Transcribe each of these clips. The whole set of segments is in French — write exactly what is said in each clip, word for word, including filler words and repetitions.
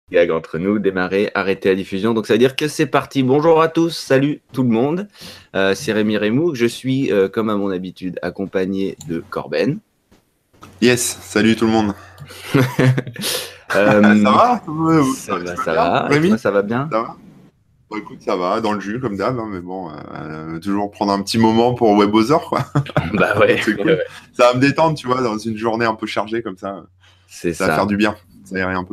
Gag entre nous, démarrer, arrêter la diffusion. Donc ça veut dire que c'est parti. Bonjour à tous, salut tout le monde. Euh, c'est Rémi Rémou. Je suis, euh, comme à mon habitude, accompagné de Corben. Yes, salut tout le monde. Ça Euh, va? Euh, ça bah, va, Tu vas ça bien, va. Et toi, Rémi? ça va bien? Ça va? Bon, écoute, ça va, dans le jus comme d'hab, hein, mais bon, euh, toujours prendre un petit moment pour WebOther, quoi. Bah ouais, C'est ouais, cool. ouais. Ça va me détendre, tu vois, dans une journée un peu chargée comme ça. C'est Ça va faire ça. du bien. Ça aérer un peu.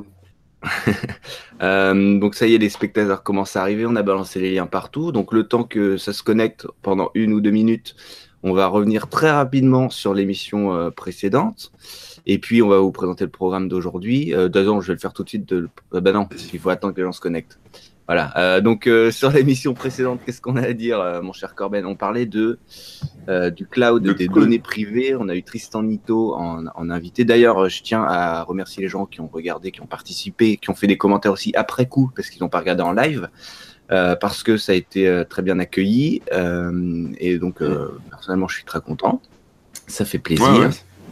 Euh, donc ça y est, les spectateurs commencent à arriver. On a balancé les liens partout. Donc le temps que ça se connecte pendant une ou deux minutes, on va revenir très rapidement sur l'émission euh, précédente. Et puis on va vous présenter le programme d'aujourd'hui. Euh, D'ailleurs, je vais le faire tout de suite. De... Euh, bah non, parce qu'il faut attendre que les gens se connectent. Voilà. Euh, donc euh, sur l'émission précédente, qu'est-ce qu'on a à dire, euh, mon cher Corben? On parlait de euh, du cloud, De des quoi? données privées. On a eu Tristan Nito en, en invité. D'ailleurs, je tiens à remercier les gens qui ont regardé, qui ont participé, qui ont fait des commentaires aussi après coup, parce qu'ils n'ont pas regardé en live, euh, parce que ça a été euh, très bien accueilli. Euh, et donc, euh, personnellement, je suis très content. Ça fait Ouais, ouais. plaisir.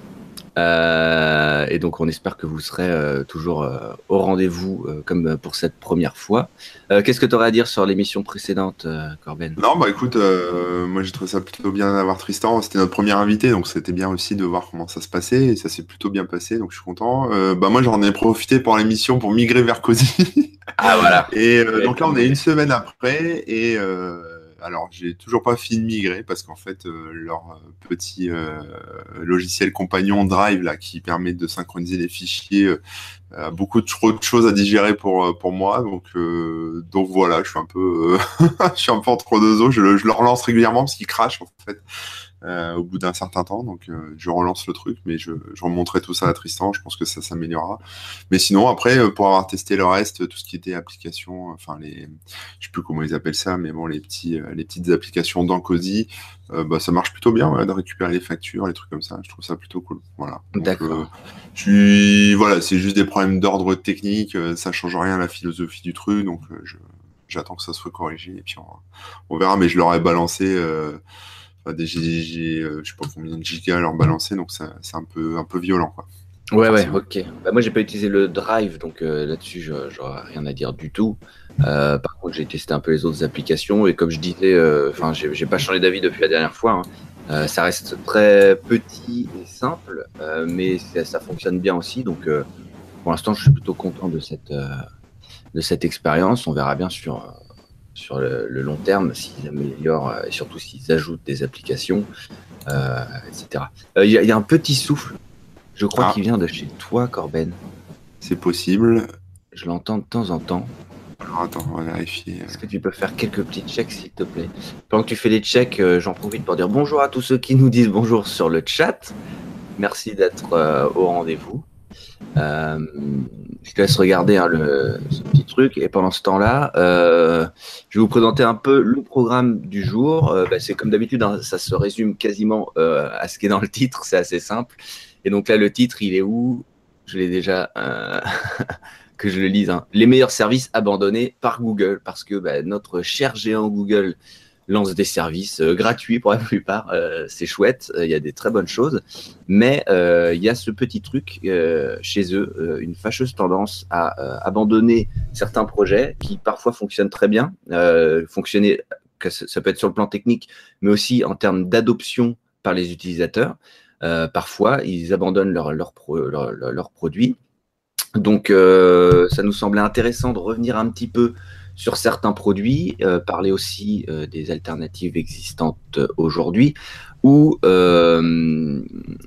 Euh, et donc, on espère que vous serez euh, toujours euh, au rendez-vous, euh, comme pour cette première fois. Euh, Qu'est-ce que tu aurais à dire sur l'émission précédente, euh, Corben? Non, bah écoute, euh, moi j'ai trouvé ça plutôt bien d'avoir Tristan. C'était notre premier invité, donc c'était bien aussi de voir comment ça se passait. Et ça s'est plutôt bien passé, donc je suis content. Euh, bah moi j'en ai profité pour l'émission pour migrer vers Cozy. Ah, voilà. Et Je euh, vais donc te là, on est demander. une semaine après, et euh, alors j'ai toujours pas fini de migrer parce qu'en fait, euh, leur euh, petit euh, logiciel compagnon Drive là, qui permet de synchroniser les fichiers, euh, a beaucoup trop de choses à digérer pour euh, pour moi. Donc euh, donc voilà, je suis un peu, euh, je suis un peu entre deux eaux. Je, le- je le relance régulièrement parce qu'il crache en fait euh, au bout d'un certain temps. Donc, euh, je relance le truc, mais je, je remonterai tout ça à Tristan. Je pense que ça s'améliorera. Mais sinon, après, euh, pour avoir testé le reste, tout ce qui était application, enfin, les, je sais plus comment ils appellent ça, mais bon, les petits, euh, les petites applications dans Cozy, euh, bah, ça marche plutôt bien, ouais, de récupérer les factures, les trucs comme ça. Je trouve ça plutôt cool. Voilà. Donc, euh, D'accord. je suis, voilà, c'est juste des problèmes d'ordre technique. euh, ça change rien à la philosophie du truc. Donc, euh, je, j'attends que ça soit corrigé et puis on, on verra. Mais je leur ai balancé. Euh, Enfin, des G G, euh, je sais pas combien de gigas à leur balancer, donc ça- c'est un peu, un peu violent, quoi, Ouais, ouais, forcément. ok. Bah, moi, j'ai pas utilisé le Drive, donc euh, là-dessus, je j'aurais rien à dire du tout. Euh, par contre, j'ai testé un peu les autres applications et comme je disais, euh, enfin, j'ai j'ai pas changé d'avis depuis la dernière fois, hein. Euh, ça reste très petit et simple, euh, mais ça, ça fonctionne bien aussi. Donc, euh, pour l'instant, je suis plutôt content de cette euh, de cette expérience. On verra bien sur euh, sur le, le long terme s'ils améliorent euh, et surtout s'ils ajoutent des applications, euh, et cetera. Euh, Il y, a- il y a un petit souffle. Je crois qu'il Ah, vient de chez toi, Corben. c'est possible. Je l'entends de temps en temps. Alors attends, on va vérifier. Est-ce que tu peux faire quelques petits checks, s'il te plaît? Pendant que tu fais les checks, euh, j'en profite pour dire bonjour à tous ceux qui nous disent bonjour sur le chat. Merci d'être euh, au rendez-vous. Euh, je te laisse regarder, hein, le, ce petit truc. Et pendant ce temps-là, euh, je vais vous présenter un peu le programme du jour. Euh, bah, c'est comme d'habitude, hein, ça se résume quasiment euh, à ce qui est dans le titre. C'est assez simple. Et donc là, le titre, il est où? Je l'ai déjà. Euh, que je le lise, hein. Les meilleurs services abandonnés par Google, parce que bah, notre cher géant Google lance des services euh, gratuits pour la plupart. Euh, c'est chouette, il y a des très bonnes choses, mais euh, il y a ce petit truc euh, chez eux, euh, une fâcheuse tendance à euh, abandonner certains projets qui parfois fonctionnent très bien, euh, fonctionner, que ça peut être sur le plan technique, mais aussi en termes d'adoption par les utilisateurs. Euh, parfois, ils abandonnent leurs leur, pro, leur, leur, leur produits. Donc, euh, ça nous semblait intéressant de revenir un petit peu sur certains produits, euh, parler aussi euh, des alternatives existantes aujourd'hui, ou, euh,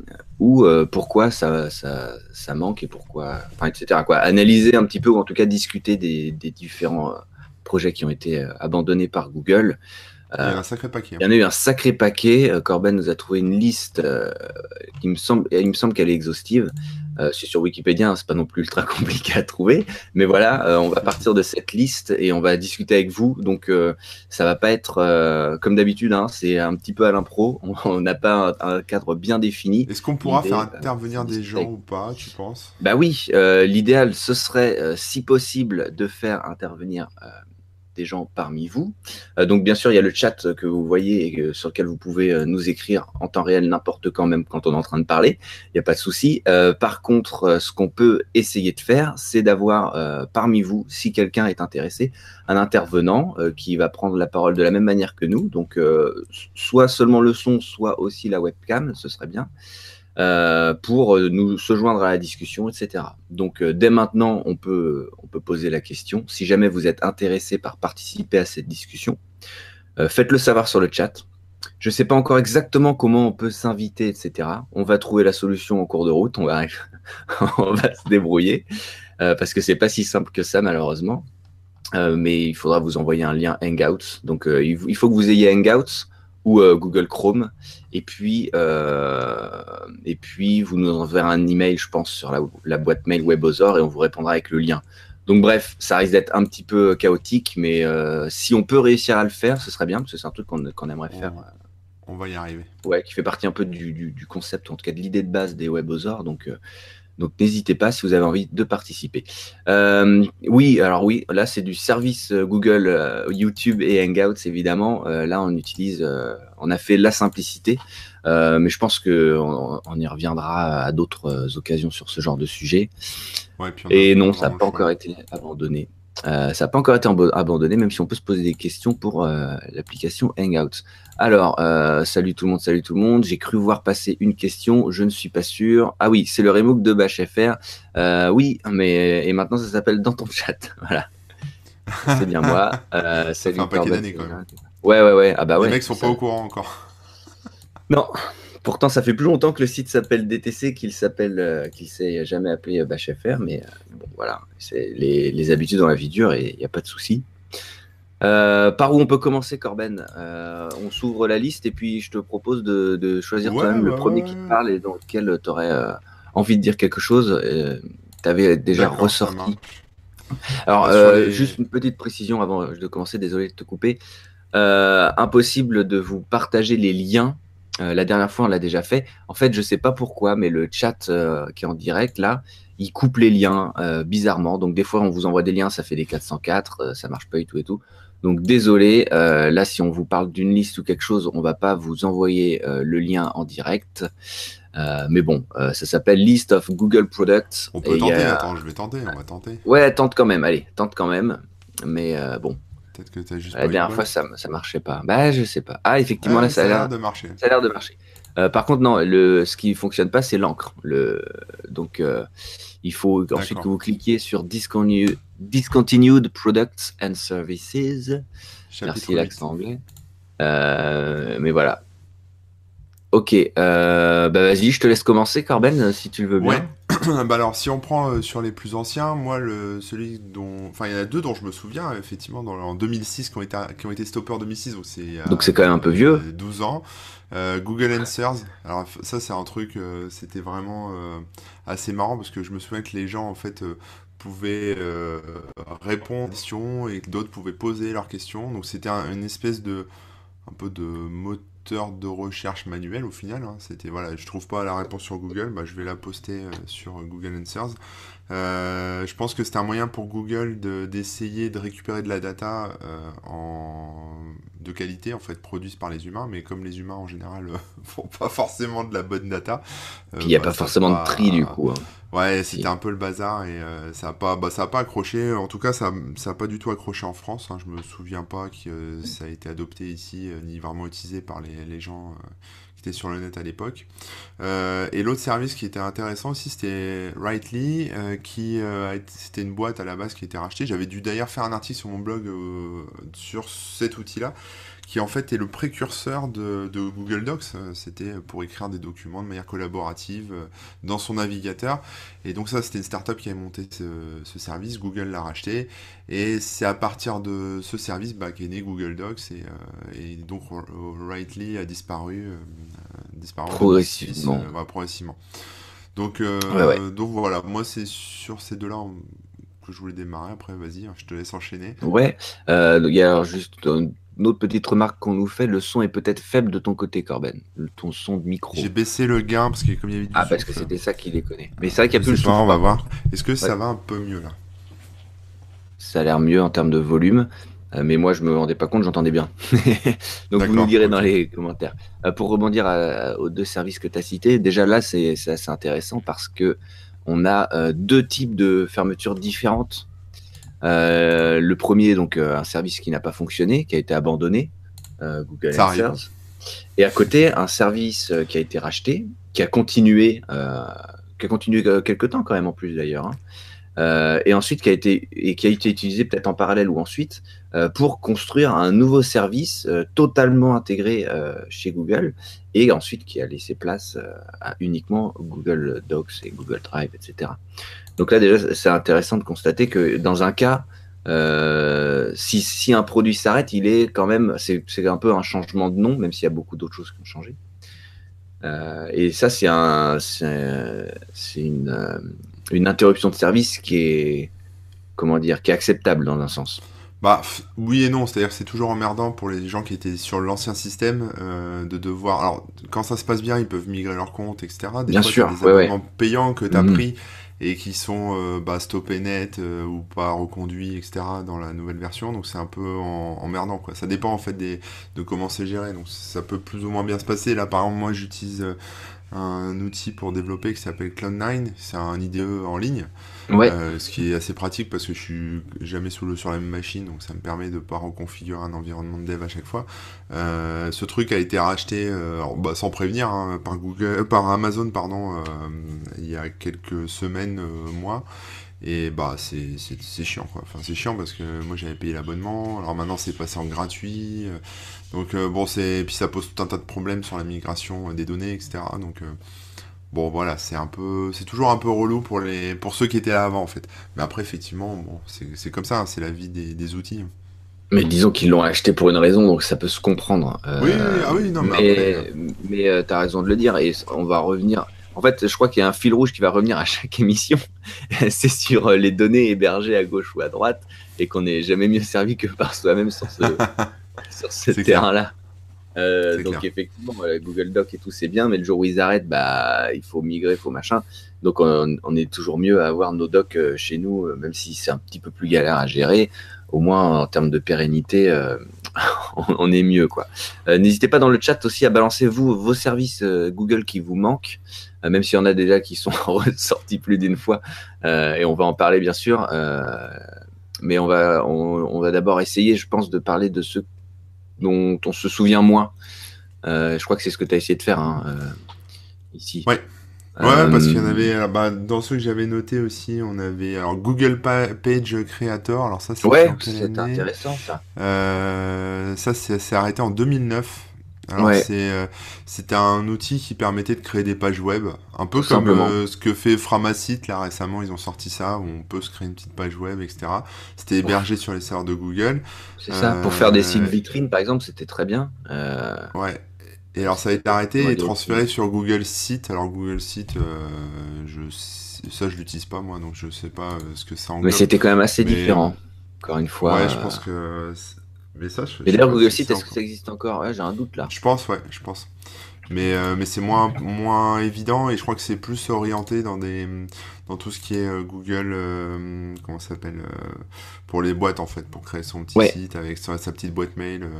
ou euh, pourquoi ça, ça, ça manque et pourquoi, enfin, et cetera, quoi. Analyser un petit peu, ou en tout cas discuter des, des différents euh, projets qui ont été euh, abandonnés par Google. Il y Euh, en a un sacré paquet, il hein. y en a eu un sacré paquet. Euh, Corben nous a trouvé une liste euh, qui me semble, il me semble qu'elle est exhaustive. Euh, c'est sur Wikipédia, hein, c'est pas non plus ultra compliqué à trouver. Mais voilà, euh, on va partir de cette liste et on va discuter avec vous. Donc, euh, ça va pas être euh, comme d'habitude, hein, c'est un petit peu à l'impro. On n'a pas un, un cadre bien défini. Est-ce qu'on pourra faire L'idée, euh, c'est intervenir de des discuter gens avec ou vous. pas, tu penses? Bah oui, euh, l'idéal, ce serait, euh, si possible, de faire intervenir euh, des gens parmi vous. Euh, donc bien sûr, il y a le chat que vous voyez et euh, sur lequel vous pouvez euh, nous écrire en temps réel n'importe quand, même quand on est en train de parler. Il n'y a pas de souci. Euh, par contre, euh, ce qu'on peut essayer de faire, c'est d'avoir euh, parmi vous, si quelqu'un est intéressé, un intervenant euh, qui va prendre la parole de la même manière que nous. Donc euh, soit seulement le son, soit aussi la webcam, ce serait bien. Euh, pour nous se joindre à la discussion, et cetera. Donc euh, dès maintenant, on peut, on peut poser la question. Si jamais vous êtes intéressé par participer à cette discussion, euh, faites-le savoir sur le chat. Je ne sais pas encore exactement comment on peut s'inviter, et cetera. On va trouver la solution en cours de route, on va, on va se débrouiller, euh, parce que c'est pas si simple que ça, malheureusement. Euh, mais il faudra vous envoyer un lien Hangouts. Donc euh, il faut que vous ayez Hangouts ou euh, Google Chrome, et puis euh, et puis vous nous enverrez un email, je pense, sur la, la boîte mail Webosaur, et on vous répondra avec le lien. Donc bref, ça risque d'être un petit peu chaotique, mais euh, si on peut réussir à le faire, ce serait bien, parce que c'est un truc qu'on qu'on aimerait on, faire. On va y arriver. Ouais, qui fait partie un peu du, du, du concept, en tout cas de l'idée de base des Webosaur, donc euh, donc n'hésitez pas si vous avez envie de participer. Euh, oui, alors oui, là c'est du service Google, euh, YouTube et Hangouts évidemment. Euh, là on utilise, euh, on a fait la simplicité, euh, mais je pense que on, on y reviendra à d'autres occasions sur ce genre de sujet. Ouais, puis on et a non, ça n'a le pas choix. encore été abandonné. Euh, ça n'a pas encore été abandonné, même si on peut se poser des questions pour euh, l'application Hangouts. Alors, euh, salut tout le monde, salut tout le monde. J'ai cru voir passer une question, je ne suis pas sûr. Ah oui, c'est le Remook de BashFR. Euh, oui, mais et maintenant ça s'appelle Dans ton chat. Voilà. C'est bien moi. Euh, ça salut. fait un paquet d'années quand même. Ouais, ouais, ouais. Ah bah ouais. Les mecs sont ça... pas au courant encore. Non. Pourtant, ça fait plus longtemps que le site s'appelle D T C qu'il s'appelle, euh, qu'il s'est jamais appelé euh, BashFR, mais euh, bon, voilà, c'est les, les habitudes dans la vie dure et il n'y a pas de souci. Euh, par où on peut commencer, Corben? euh, On s'ouvre la liste et puis je te propose de, de choisir Ouais, toi-même ouais, le premier ouais. qui te parle et dans lequel tu aurais euh, envie de dire quelque chose. Euh, tu avais déjà D'accord, ça ressorti. marche. Alors, Bah, sur euh, les- juste une petite précision avant de commencer, désolé de te couper. Euh, impossible de vous partager les liens. Euh, la dernière fois, on l'a déjà fait. En fait, je sais pas pourquoi, mais le chat euh, qui est en direct, là, il coupe les liens euh, bizarrement. Donc, des fois, on vous envoie des liens, ça fait des quatre cent quatre, euh, ça marche pas et tout et tout. Donc, désolé. Euh, là, si on vous parle d'une liste ou quelque chose, on va pas vous envoyer euh, le lien en direct. Euh, mais bon, euh, ça s'appelle List of Google Products. On peut et tenter, y a... attends, je vais tenter, on va tenter. Ouais, tente quand même, allez, tente quand même. Mais euh, bon. Peut-être que t'as juste La pas eu dernière de fois, bol. ça, ça marchait pas. Bah, je sais pas. Ah, effectivement, Ouais, là, ça, ça a a l'air l'air de marcher. ça a l'air de marcher. Euh, par contre, non, le, ce qui fonctionne pas, c'est l'encre. Le, donc, euh, il faut ensuite D'accord. que vous cliquiez sur Discontinu- Discontinued Products and Services. Chapitre Merci huit. l'accent anglais. Euh, mais voilà. Ok, euh, bah vas-y, je te laisse commencer, Corben, si tu le veux bien. Ouais. Bah alors, si on prend euh, sur les plus anciens, moi, le, celui dont. Enfin, il y en a deux dont je me souviens, effectivement, dans, en deux mille six, qui ont été, qui ont été stoppés en deux mille six, donc c'est. Donc, c'est quand même un peu vieux. douze ans. Euh, Google Answers. Alors, ça, c'est un truc, euh, c'était vraiment euh, assez marrant, parce que je me souviens que les gens, en fait. Euh, pouvaient euh, répondre aux questions et que d'autres pouvaient poser leurs questions. Donc, c'était un, une espèce de. Un peu de moteur de recherche manuel au final. Hein. C'était voilà, je trouve pas la réponse sur Google, bah, je vais la poster euh, sur Google Answers. Euh, je pense que c'était un moyen pour Google de, d'essayer de récupérer de la data euh, en, de qualité en fait produite par les humains, mais comme les humains en général euh, font pas forcément de la bonne data. Euh, Puis, il n'y a bah, pas ça forcément pas... de tri, du coup. Hein. Ouais, c'était Si. un peu le bazar et euh, ça a pas, bah, ça a pas accroché. En tout cas, ça, ça a pas du tout accroché en France. Hein. Je me souviens pas que euh, ça a été adopté ici euh, ni vraiment utilisé par les, les gens euh, qui étaient sur le net à l'époque. Euh, et l'autre service qui était intéressant aussi, c'était Rightly, euh, qui euh, a été- c'était une boîte à la base qui a été rachetée. J'avais dû d'ailleurs faire un article sur mon blog euh, sur cet outil-là, qui en fait est le précurseur de, de Google Docs. Euh, C'était pour écrire des documents de manière collaborative euh, dans son navigateur. Et donc ça, c'était une startup qui avait monté ce, ce service. Google l'a racheté. Et c'est à partir de ce service bah, qu'est né Google Docs. Et, euh, et donc Rightly a disparu, euh, disparu en Progressivement. deux mille six, euh, voilà, progressivement. Donc, euh, Ouais, ouais. donc voilà, moi c'est sur ces deux-là euh, que je voulais démarrer. Après, vas-y, je te laisse enchaîner. Ouais, euh, il y a juste une autre petite remarque qu'on nous fait, le son est peut-être faible de ton côté, Corben, le- ton son de micro. J'ai baissé le gain parce que comme il y avait du Ah, parce que souffle. c'était ça qui déconnait. Mais c'est vrai qu'il y a Je plus le sais pas, souffle. on va par voir. contre. Est-ce que ça Ouais. va un peu mieux là? Ça a l'air mieux en termes de volume. Euh, mais moi, je me rendais pas compte, j'entendais bien. Donc, vous nous D'accord, direz dans ok. les commentaires. Euh, pour rebondir à- aux deux services que tu as cités, déjà là, c'est c'est assez intéressant parce que on a euh, deux types de fermetures différentes. Euh, le premier, donc, euh, un service qui n'a pas fonctionné, qui a été abandonné, euh, Google Ça arrive. Answers. Et à côté, un service euh, qui a été racheté, qui a continué, euh, qui a continué euh, quelques temps quand même en plus d'ailleurs, hein. Euh, et ensuite qui a été et qui a été utilisé peut-être en parallèle ou ensuite euh, pour construire un nouveau service euh, totalement intégré euh, chez Google et ensuite qui a laissé place euh, à uniquement Google Docs et Google Drive, et cetera. Donc là déjà c'est intéressant de constater que dans un cas euh, si, si un produit s'arrête, il est quand même c'est c'est un peu un changement de nom même s'il y a beaucoup d'autres choses qui ont changé. Euh, et ça, c'est un, c'est, c'est une, euh, une interruption de service qui est, comment dire, qui est acceptable dans un sens. Bah f- oui et non, c'est-à-dire que c'est toujours emmerdant pour les gens qui étaient sur l'ancien système euh, de devoir. Alors quand ça se passe bien, ils peuvent migrer leur compte, et cetera. Des Bien fois, tu as sûr, des ouais, ouais. abonnements payants que tu as Mhm. pris et qui sont euh, bah, stoppés net euh, ou pas reconduits, et cetera dans la nouvelle version. Donc c'est un peu en- emmerdant, quoi. Ça dépend en fait des, de comment c'est géré. Donc ça peut plus ou moins bien se passer. Là, par exemple, moi, j'utilise euh, un outil pour développer qui s'appelle Cloud nine. C'est un I D E en ligne. Ouais, Euh, ce qui est assez pratique parce que je suis jamais sous le sur la même machine, donc ça me permet de pas reconfigurer un environnement de dev à chaque fois. Euh, ce truc a été racheté euh, alors, bah, sans prévenir hein, par Google, euh, par Amazon pardon, euh, il y a quelques semaines, euh, mois. Et bah c'est c'est c'est chiant quoi. Enfin c'est chiant parce que moi j'avais payé l'abonnement, alors maintenant c'est passé en gratuit. euh, donc euh, bon c'est puis ça pose tout un tas de problèmes sur la migration euh, des données et cetera. Donc euh, bon voilà, c'est un peu, c'est toujours un peu relou pour les, pour ceux qui étaient là avant en fait. Mais après effectivement, bon, c'est c'est comme ça, hein, c'est la vie des, des outils. mais disons qu'ils l'ont acheté pour une raison, donc ça peut se comprendre. Oui, oui, Euh, ah oui, non mais après, euh, mais mais euh, t'as raison de le dire, et on va revenir. En fait, je crois qu'il y a un fil rouge qui va revenir à chaque émission. C'est sur euh, les données hébergées à gauche ou à droite, et qu'on n'est jamais mieux servi que par soi-même sur ce, sur ce c'est clair, terrain-là. Euh, c'est donc clair. effectivement, euh, Google Doc et tout c'est bien, mais le jour où ils arrêtent, bah il faut migrer, il faut machin. Donc on, on est toujours mieux à avoir nos docs euh, chez nous, euh, même si c'est un petit peu plus galère à gérer. Au moins en termes de pérennité, euh, on, on est mieux quoi. Euh, N'hésitez pas dans le chat aussi à balancer vous vos services euh, Google qui vous manquent, euh, même s'il y en a déjà qui sont ressortis plus d'une fois. Euh, et on va en parler bien sûr. Euh, mais on va on, on va d'abord essayer, je pense, de parler de ceux dont on se souvient moins. Euh, je crois que c'est ce que tu as essayé de faire hein, euh, ici. Ouais, ouais, ouais, parce qu'il y en Euh, avait, alors, bah, dans ceux que j'avais notés aussi, on avait, alors Google Pa- Page Creator, alors ça c'était ouais, en quelle c'était année? intéressant ça. Euh, ça c'est c'est arrêté en deux mille neuf. Alors Ouais, c'est euh, c'était un outil qui permettait de créer des pages web, un peu tout comme simplement. euh, ce que fait Framasit là récemment, ils ont sorti ça où on peut se créer une petite page web, et cetera. C'était Pour- hébergé sur les serveurs de Google. C'est ça. Pour faire des sites Euh, vitrines, par exemple, c'était très bien. Euh, ouais. Et alors ça a c'était été pas arrêté mal et de transféré options. sur Google Site. Alors Google Site, euh, je ça je l'utilise pas moi, donc je sais pas euh, ce que ça Mais englobe. c'était quand même assez Mais euh, différent. Encore une fois. ouais, je euh. pense que c'est- mais ça je, je Mais sais d'ailleurs, pas Google si Sheet, c'est est-ce que encore. ça existe encore? Ouais, j'ai un doute là. Je pense, ouais, je pense. Mais, euh, mais c'est moins, moins évident et je crois que c'est plus orienté dans des dans tout ce qui est euh, Google, euh, comment ça s'appelle, euh, pour les boîtes en fait, pour créer son petit Ouais, site avec sa, sa petite boîte mail, euh,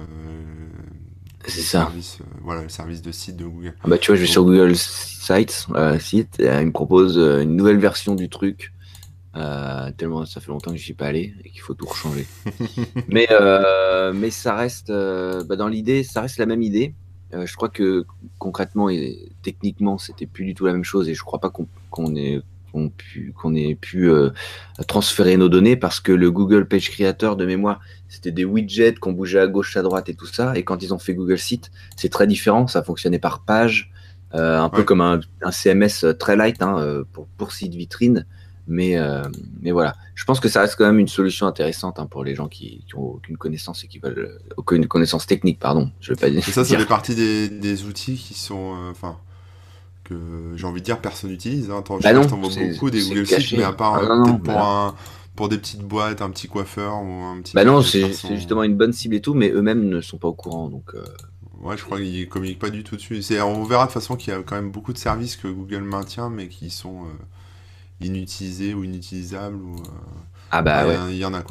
c'est le ça. service, euh, voilà, le service de site de Google. Ah bah tu vois, je vais Donc, sur Google Sites, euh, site, et, euh, il me propose euh, une nouvelle version du truc. Euh, tellement ça fait longtemps que je suis pas allé et qu'il faut tout rechanger. Mais, euh, mais ça reste, euh, bah, dans l'idée, ça reste la même idée. Euh, je crois que concrètement et techniquement, c'était plus du tout la même chose et je crois pas qu'on qu'on ait, qu'on pu, qu'on ait pu euh, transférer nos données parce que le Google Page Creator de mémoire, c'était des widgets qu'on bougeait à gauche, à droite et tout ça. Et quand ils ont fait Google Sheet, c'est très différent. Ça fonctionnait par page, euh, un peu ouais. comme un, un C M S très light hein, euh, pour, pour site vitrine. Mais, euh, mais voilà, je pense que ça reste quand même une solution intéressante hein, pour les gens qui, qui ont aucune connaissance et qui veulent euh, aucune connaissance technique, pardon. Je vais pas Mais ça, ça fait dire. partie des, des outils qui sont, euh, enfin, que j'ai envie de dire personne n'utilise. Hein. Attends, je sais Bah pas si non, t'en vois c'est beaucoup des c'est Google Sites, mais caché. à part Ah euh, non non, peut-être bah pour non. un pour des petites boîtes, un petit coiffeur ou un petit Bah truc non, qui veut c'est faire c'est son. justement une bonne cible et tout, mais eux-mêmes ne sont pas au courant. Donc euh, Ouais, je crois qu'ils communiquent pas du tout dessus. C'est, on verra de toute façon qu'il y a quand même beaucoup de services que Google maintient, mais qui sont euh, inutilisés ou inutilisables. Ou, euh, ah enfin, bah il y, ouais. en- il y en a quoi.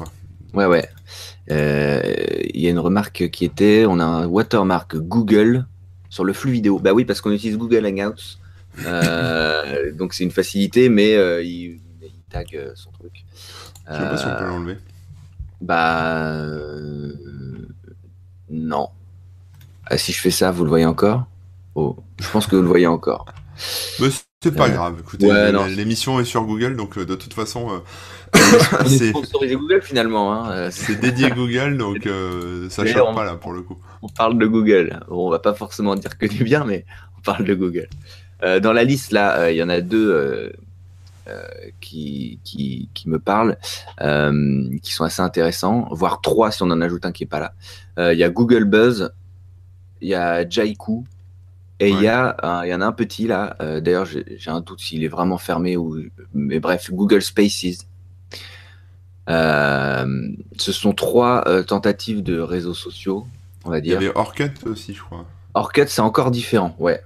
Ouais, ouais. Euh, Il y a une remarque qui était, on a un watermark Google sur le flux vidéo. Bah oui, parce qu'on utilise Google Hangouts. Euh, donc c'est une facilité, mais euh, il, il tag euh, son truc. Je sais même pas si on peut Euh, l'enlever. bah euh, non. Ah, si je fais ça, vous le voyez encore? Oh, je pense que vous le voyez encore. Mais c'est pas Euh, grave. Écoutez, ouais, le- non. le- l'émission est sur Google, donc euh, de toute façon, euh, On est c'est sponsorisé Google finalement. Hein. Euh, c'est dédié Google, donc euh, ça Mais choque on, pas là pour le coup. on parle de Google. Bon, on va pas forcément dire que du bien, mais on parle de Google. Euh, dans la liste, là, euh, il y en a deux euh, euh, qui, qui, qui me parlent, euh, qui sont assez intéressants, voire trois si on en ajoute un qui est pas là. Euh, Il y a Google Buzz, il y a Jaiku, et il y, Ouais. a un- il y en a un petit là. Euh, D'ailleurs, j'ai j'ai un doute s'il est vraiment fermé ou. Mais bref, Google Spaces. Euh, ce sont trois euh, tentatives de réseaux sociaux, on va Il y dire. avait Orkut aussi, je crois. Orkut, c'est encore différent, ouais.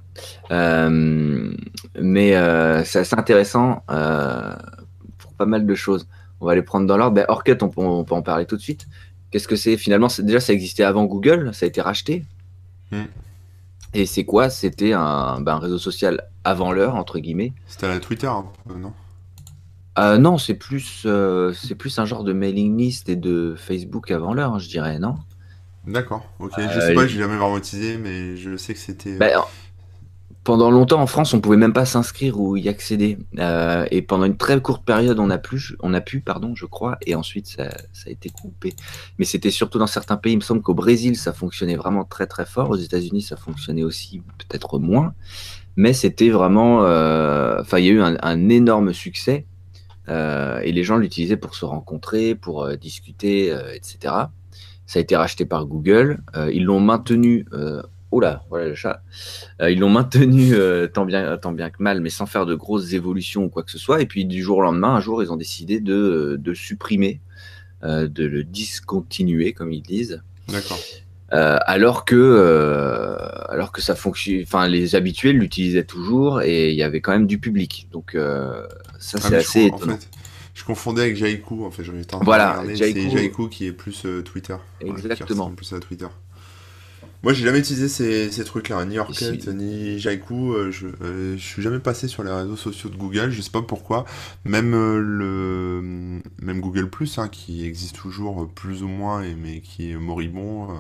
Euh, mais euh, c'est assez intéressant euh, pour pas mal de choses. On va les prendre dans l'ordre. Ben, Orkut, on peut, on peut en parler tout de suite. Qu'est-ce que c'est? Finalement, c'est- déjà, ça existait avant Google, ça a été racheté. Hmm. Et c'est quoi? C'était un, ben, un réseau social avant l'heure, entre guillemets. C'était à la Twitter, un peu, non? Euh, non, c'est plus, euh, c'est plus un genre de mailing list et de Facebook avant l'heure, hein, je dirais, non? D'accord, ok. Je sais Euh, pas, j'ai jamais vraiment utilisé, mais je sais que c'était. euh, ben, Pendant longtemps en France, on pouvait même pas s'inscrire ou y accéder. Euh, et pendant une très courte période, on a pu, on a pu, pardon, je crois, et ensuite ça, ça a été coupé. Mais c'était surtout dans certains pays. Il me semble qu'au Brésil, ça fonctionnait vraiment très très fort. Aux États-Unis, ça fonctionnait aussi peut-être moins. Mais c'était vraiment, euh, enfin, il y a eu un, un énorme succès euh, et les gens l'utilisaient pour se rencontrer, pour euh, discuter, euh, et cetera. Ça a été racheté par Google. Euh, ils l'ont maintenu. Euh, oh là, voilà le chat. Euh, ils l'ont maintenu euh, tant bien, tant bien que mal, mais sans faire de grosses évolutions ou quoi que ce soit. Et puis du jour au lendemain, un jour, ils ont décidé de, de supprimer, euh, de le discontinuer, comme ils disent. D'accord. Euh, alors que, euh, alors que ça fonctionne, enfin les habitués l'utilisaient toujours et il y avait quand même du public. Donc euh, ça, Ah, c'est mais je, assez con- en étonnant. fait, je confondais avec Jaiku. En fait, j'étais en train de Voilà, regarder. C'est Jaiku, Jaiku qui est plus euh, Twitter. Ouais, qui ressemble exactement. plus à Twitter. Moi, j'ai jamais utilisé ces, ces trucs-là, ni Et Orkut, si- ni Jaiku. euh, je, euh, je suis jamais passé sur les réseaux sociaux de Google. Je sais pas pourquoi. Même euh, le, même Google Plus, hein, qui existe toujours euh, plus ou moins, et, mais qui est moribond.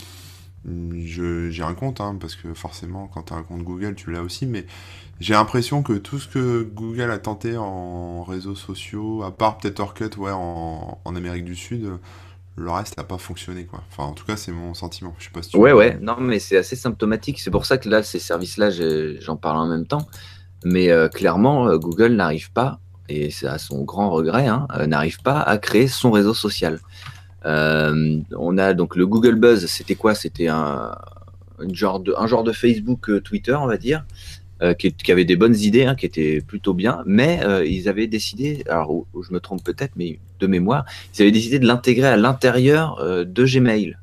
euh, je, j'ai un compte, hein, parce que forcément, quand tu as un compte Google, tu l'as aussi. Mais j'ai l'impression que tout ce que Google a tenté en réseaux sociaux, à part peut-être Orkut, ouais, en, en Amérique du Sud, le reste n'a pas fonctionné, quoi. Enfin, en tout cas, c'est mon sentiment. Je sais pas si tu Ouais, vois. ouais, non, mais c'est assez symptomatique. C'est pour ça que là, ces services-là, j'ai- j'en parle en même temps. Mais euh, clairement, euh, Google n'arrive pas, et c'est à son grand regret, hein, euh, n'arrive pas à créer son réseau social. Euh, on a donc le Google Buzz, c'était quoi? C'était un, une genre de, un genre de Facebook euh, Twitter, on va dire, euh, qui, qui avait des bonnes idées, hein, qui étaient plutôt bien, mais euh, ils avaient décidé, alors où- où je me trompe peut-être, mais de mémoire, ils avaient décidé de l'intégrer à l'intérieur euh, de Gmail.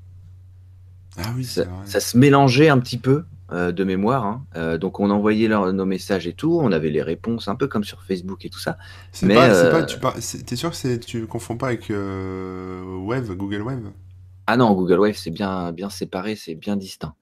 Ah oui, Ça, c'est vrai. ça se mélangeait un petit peu euh, de mémoire, hein. Euh, donc on envoyait leur- nos messages et tout, on avait les réponses un peu comme sur Facebook et tout ça. C'est Mais pas, c'est pas, euh, tu par... c'est- t'es sûr que c'est, tu confonds pas avec euh, Wave, Google Wave? ah non, Google Wave c'est bien bien séparé, c'est bien distinct.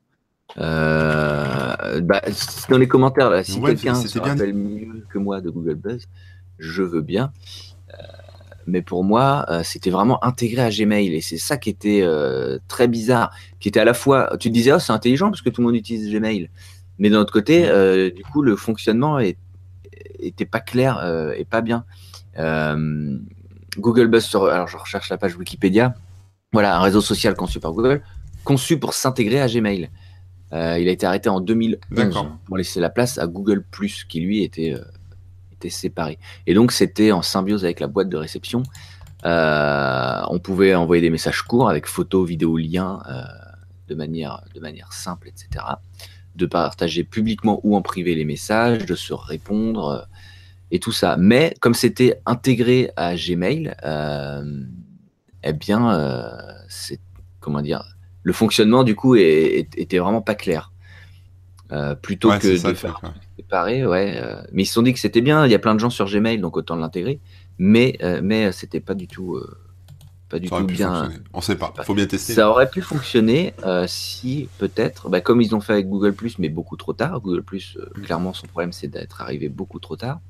Euh, bah, c'est dans les commentaires là, si Wave, quelqu'un se c'était bien. rappelle mieux que moi de Google Buzz, je veux bien. Mais pour moi, euh, c'était vraiment intégré à Gmail et c'est ça qui était euh, très bizarre, qui était à la fois, tu te disais, oh, c'est intelligent parce que tout le monde utilise Gmail, mais d'un autre côté, Mm. euh, du coup, le fonctionnement est, était pas clair euh, et pas bien. Euh, Google Buzz, sur, alors je recherche la page Wikipédia, voilà, un réseau social conçu par Google, conçu pour s'intégrer à Gmail. Euh, il a été arrêté en deux mille onze D'accord. pour laisser la place à Google Plus, qui lui était, euh, était séparé. Et donc, c'était en symbiose avec la boîte de réception. Euh, on pouvait envoyer des messages courts avec photos, vidéos, liens euh, de, manière, de manière simple, et cetera. De partager publiquement ou en privé les messages, de se répondre euh, et tout ça. Mais comme c'était intégré à Gmail, euh, eh bien, euh, c'est comment dire, le fonctionnement du coup est, est, était vraiment pas clair. Euh, plutôt Ouais, c'est que ça de le truc. faire Ouais. séparer, ouais. Euh, mais ils se sont dit que c'était bien. Il y a plein de gens sur Gmail, donc autant l'intégrer. Mais, euh, mais c'était pas du tout. Euh, pas du Ça aurait tout pu bien. fonctionner. On sait pas. Faut bien tester. Ça aurait pu fonctionner euh, si peut-être, bah, comme ils ont fait avec Google Plus, mais beaucoup trop tard. Google Plus, euh, Mm. clairement, son problème, c'est d'être arrivé beaucoup trop tard.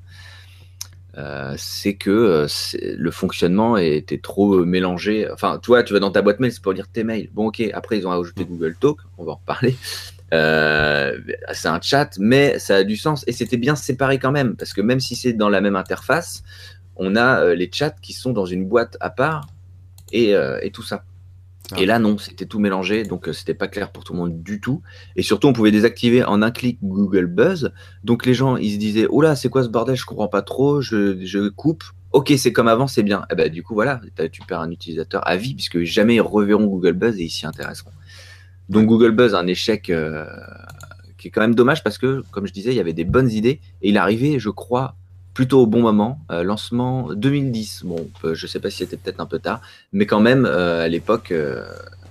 Euh, c'est que euh, c'est- le fonctionnement était trop euh, mélangé. Enfin, tu vois, tu vas dans ta boîte mail, c'est pour lire tes mails. Bon, ok, après, ils ont ajouté Mm. Google Talk, on va en reparler. Euh, c'est un chat, mais ça a du sens. Et c'était bien séparé quand même, parce que même si c'est dans la même interface, on a euh, les chats qui sont dans une boîte à part et, euh, et tout ça. Ah. Et là, non, c'était tout mélangé, donc euh, c'était pas clair pour tout le monde du tout. Et surtout, on pouvait désactiver en un clic Google Buzz. Donc les gens, ils se disaient, oh là, c'est quoi ce bordel, je comprends pas trop, je, je coupe. Ok, c'est comme avant, c'est bien. Et ben, du coup, voilà, tu perds un utilisateur à vie, puisque jamais ils reverront Google Buzz et ils s'y intéresseront. Donc Ouais. Google Buzz, un échec euh, qui est quand même dommage, parce que, comme je disais, il y avait des bonnes idées, et il arrivait, je crois, plutôt au bon moment. Euh, lancement deux mille dix. Bon, euh, je sais pas si c'était peut-être un peu tard, mais quand même, euh, à l'époque, euh,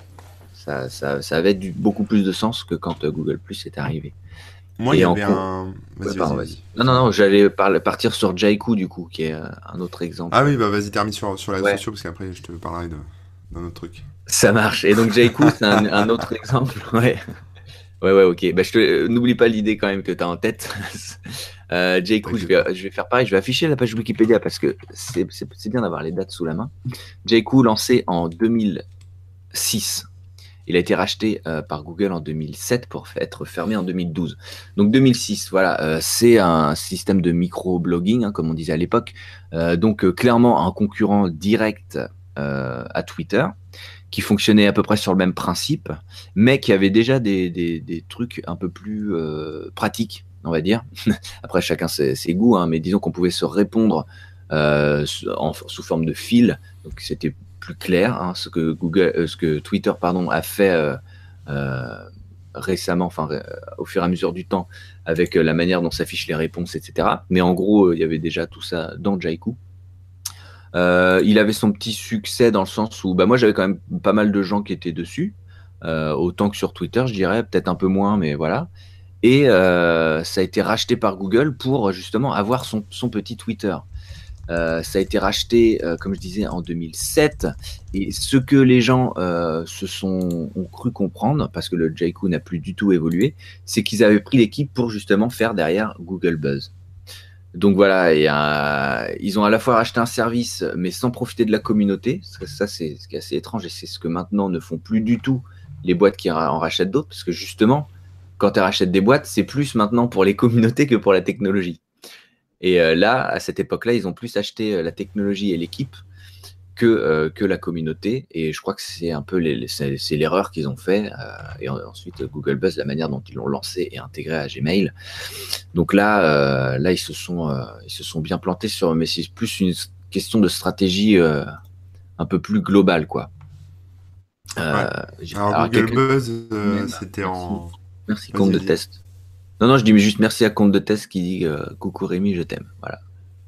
ça, ça, ça avait du, beaucoup plus de sens que quand euh, Google Plus est arrivé. Moi, il Et y en avait con... un. Vas-y, ouais, vas-y, pardon, vas-y. vas-y. Non, non, non, j'allais par- partir sur Jaiku, du coup, qui est euh, un autre exemple. Ah oui, bah vas-y, termine sur, sur les réseaux Ouais, sociaux, parce qu'après, je te parlerai de- d'un autre truc. ça marche. Et donc, Jaiku, c'est un, un autre exemple. Ouais, ouais, ouais, ok. Bah, je te... euh, N'oublie pas l'idée quand même que tu as en tête. euh, Jaiku, je T'inquiète pas. vais, je vais faire pareil, je vais afficher la page Wikipédia parce que c'est c'est- c'est bien d'avoir les dates sous la main. Jaiku, lancé en deux mille six. Il a été racheté euh, par Google en deux mille sept pour être fermé en deux mille douze. Donc deux mille six, voilà, euh, c'est un système de micro-blogging, hein, comme on disait à l'époque. Euh, donc euh, clairement un concurrent direct euh, à Twitter, qui fonctionnait à peu près sur le même principe, mais qui avait déjà des, des, des trucs un peu plus euh, pratiques, on va dire. Après, chacun ses, ses goûts, hein, mais disons qu'on pouvait se répondre euh, en, sous forme de fil. Donc c'était plus clair, hein, ce que Google, euh, ce que Twitter, pardon, a fait euh, euh, récemment, enfin euh, au fur et à mesure du temps, avec euh, la manière dont s'affichent les réponses, et cetera. Mais en gros, euh, il y avait déjà tout ça dans Jaiku. Euh, il avait son petit succès dans le sens où, bah moi, j'avais quand même pas mal de gens qui étaient dessus, euh, autant que sur Twitter, je dirais, peut-être un peu moins, mais voilà. Et euh, ça a été racheté par Google pour justement avoir son, son petit Twitter. Euh, ça a été racheté, euh, comme je disais, en deux mille sept. Et ce que les gens euh, se sont ont cru comprendre, parce que le Jaiku n'a plus du tout évolué, c'est qu'ils avaient pris l'équipe pour justement faire derrière Google Buzz. Donc voilà, et, euh, ils ont à la fois racheté un service, mais sans profiter de la communauté. Ça, ça, c'est ce qui est assez étrange, et c'est ce que maintenant ne font plus du tout les boîtes qui en rachètent d'autres, parce que justement, quand elles rachètent des boîtes, c'est plus maintenant pour les communautés que pour la technologie. Et euh, là, à cette époque-là, ils ont plus acheté euh, la technologie et l'équipe que, euh, que la communauté. Et je crois que c'est un peu les, les, c'est, c'est l'erreur qu'ils ont fait. Euh, et en, ensuite, Google Buzz, la manière dont ils l'ont lancé et intégré à Gmail. Donc là, euh, là ils, se sont, euh, ils se sont bien plantés sur. Mais c'est plus une question de stratégie euh, un peu plus globale, quoi. Euh, Ouais. Alors, alors, Google quelqu'un... Buzz, euh, Même, c'était merci. en. Merci, Vas-y, compte de vas-y. test. Non, non, je dis mais juste merci à compte de test qui dit euh, coucou Rémi, je t'aime. Voilà.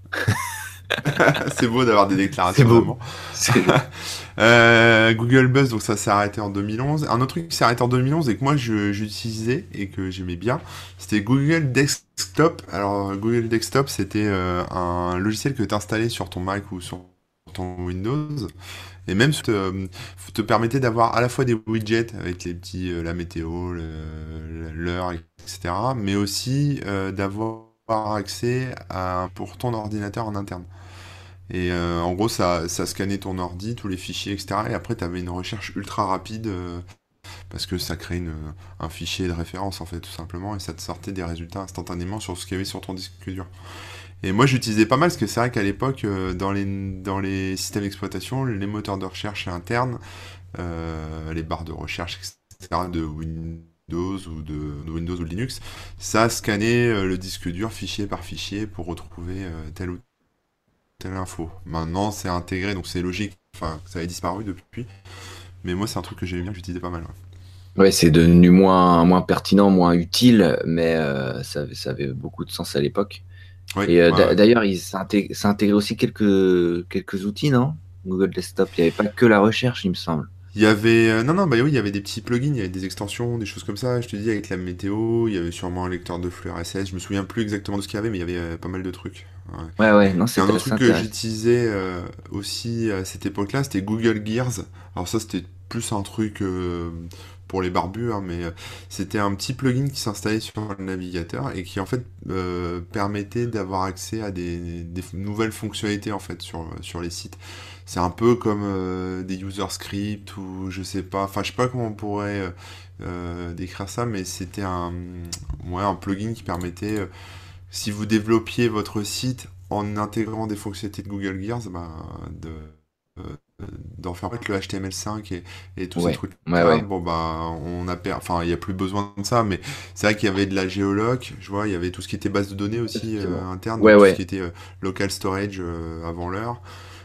C'est beau d'avoir des C'est déclarations beau. d'amour. C'est beau. Euh, Google Buzz, donc ça s'est arrêté en deux mille onze. Un autre truc qui s'est arrêté en deux mille onze et que moi je- j'utilisais et que j'aimais bien, c'était Google Desktop. Alors Google Desktop, c'était euh, un logiciel que tu installais sur ton Mac ou sur ton Windows et même te, te permettait d'avoir à la fois des widgets avec les petits, euh, la météo, le- l'heure, et cetera. Mais aussi euh, d'avoir accès à, pour ton ordinateur en interne. Et euh, en gros, ça, ça scannait ton ordi, tous les fichiers, et cetera. Et après, tu avais une recherche ultra rapide euh, parce que ça crée une, un fichier de référence, en fait, tout simplement. Et ça te sortait des résultats instantanément sur ce qu'il y avait sur ton disque dur. Et moi, j'utilisais pas mal parce que c'est vrai qu'à l'époque, euh, dans, les, dans les systèmes d'exploitation, les moteurs de recherche internes, euh, les barres de recherche, et cetera, de Windows ou de, de Windows ou de Linux, ça scannait euh, le disque dur fichier par fichier pour retrouver euh, tel ou telle info. Maintenant, c'est intégré, donc c'est logique. Enfin, ça avait disparu depuis. Mais moi, c'est un truc que j'aimais bien, que j'utilisais pas mal. Ouais. Ouais, c'est devenu moins, moins pertinent, moins utile, mais euh, ça, avait- ça avait beaucoup de sens à l'époque. Oui, Et euh, ouais, d'a- ouais. d'ailleurs, ils s'intègrent aussi quelques, quelques outils, non? Google Desktop, il n'y avait pas que la recherche, il me semble. Il y avait, euh, non, non, bah oui, il y avait des petits plugins, il y avait des extensions, des choses comme ça. Je te dis, avec la météo, il y avait sûrement un lecteur de flux R S S. Je me souviens plus exactement de ce qu'il y avait, mais il y avait euh, pas mal de trucs. Ouais. Ouais, ouais, non, Et un c'était autre assez truc que intéressant. j'utilisais euh, aussi à cette époque-là, c'était Google Gears. Alors ça, c'était plus un truc euh, pour les barbus, hein, mais euh, c'était un petit plugin qui s'installait sur le navigateur et qui en fait euh, permettait d'avoir accès à des, des nouvelles fonctionnalités en fait sur, sur les sites. C'est un peu comme euh, des user scripts ou je sais pas, enfin je sais pas comment on pourrait euh, euh, décrire ça, mais c'était un, ouais, un plugin qui permettait, euh, si vous développiez votre site en intégrant des fonctionnalités de Google Gears, bah, de, euh, d'en faire avec le H T M L cinq et, et tous ces Ouais, ouais, trucs-là, ouais. bon bah on a per... enfin il n'y a plus besoin de ça, mais c'est vrai qu'il y avait de la géoloc, je vois, il y avait tout ce qui était base de données aussi euh, Effectivement. interne, Ouais, donc tout ce qui ouais. était euh, local storage euh, avant l'heure.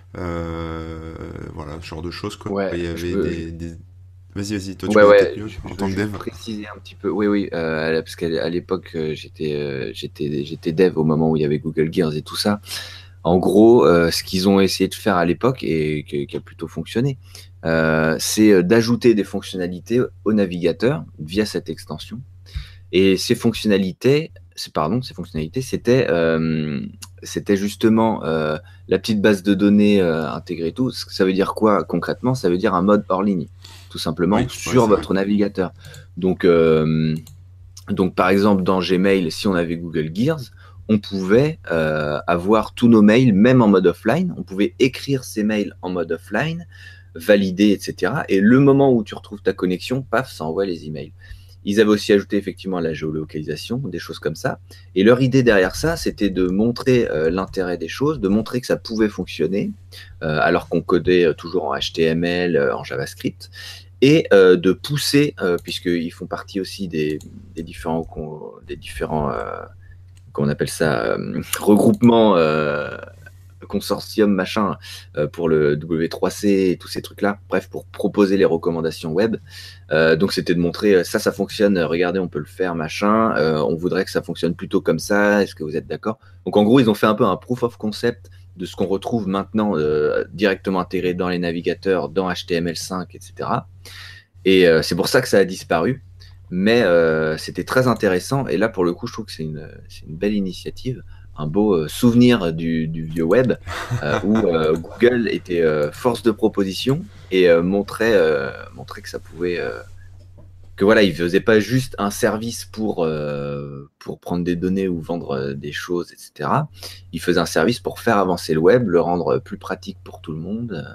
Euh, voilà, ce genre de choses, quoi. Ouais, Il y je avait peux. des, des... Vas-y, vas-y, toi tu Ouais, connais ouais, peut-être mieux je, en je veux tant que juste dev. préciser un petit peu. Oui, oui, euh, parce qu'à à l'époque, euh, j'étais, euh, j'étais, j'étais dev au moment où il y avait Google Gears et tout ça. En gros, euh, ce qu'ils ont essayé de faire à l'époque et qui, qui a plutôt fonctionné, euh, c'est euh, d'ajouter des fonctionnalités au navigateur via cette extension. Et ces fonctionnalités, c'est pardon, ces fonctionnalités, c'était euh, c'était justement euh, la petite base de données euh, intégrée et tout. Ça veut dire quoi concrètement? Ça veut dire un mode hors ligne, tout simplement Oui, ouais, sur c'est vrai. votre navigateur. Donc euh, donc par exemple dans Gmail, si on avait Google Gears, on pouvait euh, avoir tous nos mails même en mode offline. On pouvait écrire ces mails en mode offline, valider, et cetera. Et le moment où tu retrouves ta connexion, paf, ça envoie les emails. Ils avaient aussi ajouté effectivement la géolocalisation, des choses comme ça. Et leur idée derrière ça, c'était de montrer euh, l'intérêt des choses, de montrer que ça pouvait fonctionner, euh, alors qu'on codait euh, toujours en H T M L, euh, en JavaScript, et euh, de pousser, euh, puisqu'ils font partie aussi des, des différents, des différents euh, qu'on appelle ça, euh, regroupements euh, consortium machin euh, pour le W trois C et tous ces trucs-là. Bref, pour proposer les recommandations web. Euh, donc c'était de montrer ça, ça fonctionne. Regardez, on peut le faire, machin. Euh, on voudrait que ça fonctionne plutôt comme ça. Est-ce que vous êtes d'accord? Donc en gros, ils ont fait un peu un proof of concept de ce qu'on retrouve maintenant euh, directement intégré dans les navigateurs, dans H T M L cinq, et cetera. Et euh, c'est pour ça que ça a disparu. Mais euh, c'était très intéressant. Et là, pour le coup, je trouve que c'est une, c'est une belle initiative, un beau euh, souvenir du, du vieux web euh, où euh, Google était euh, force de proposition et euh, montrait, euh, montrait que ça pouvait. Euh, que voilà, il faisait pas juste un service pour, euh, pour prendre des données ou vendre euh, des choses, et cetera. Il faisait un service pour faire avancer le web, le rendre plus pratique pour tout le monde.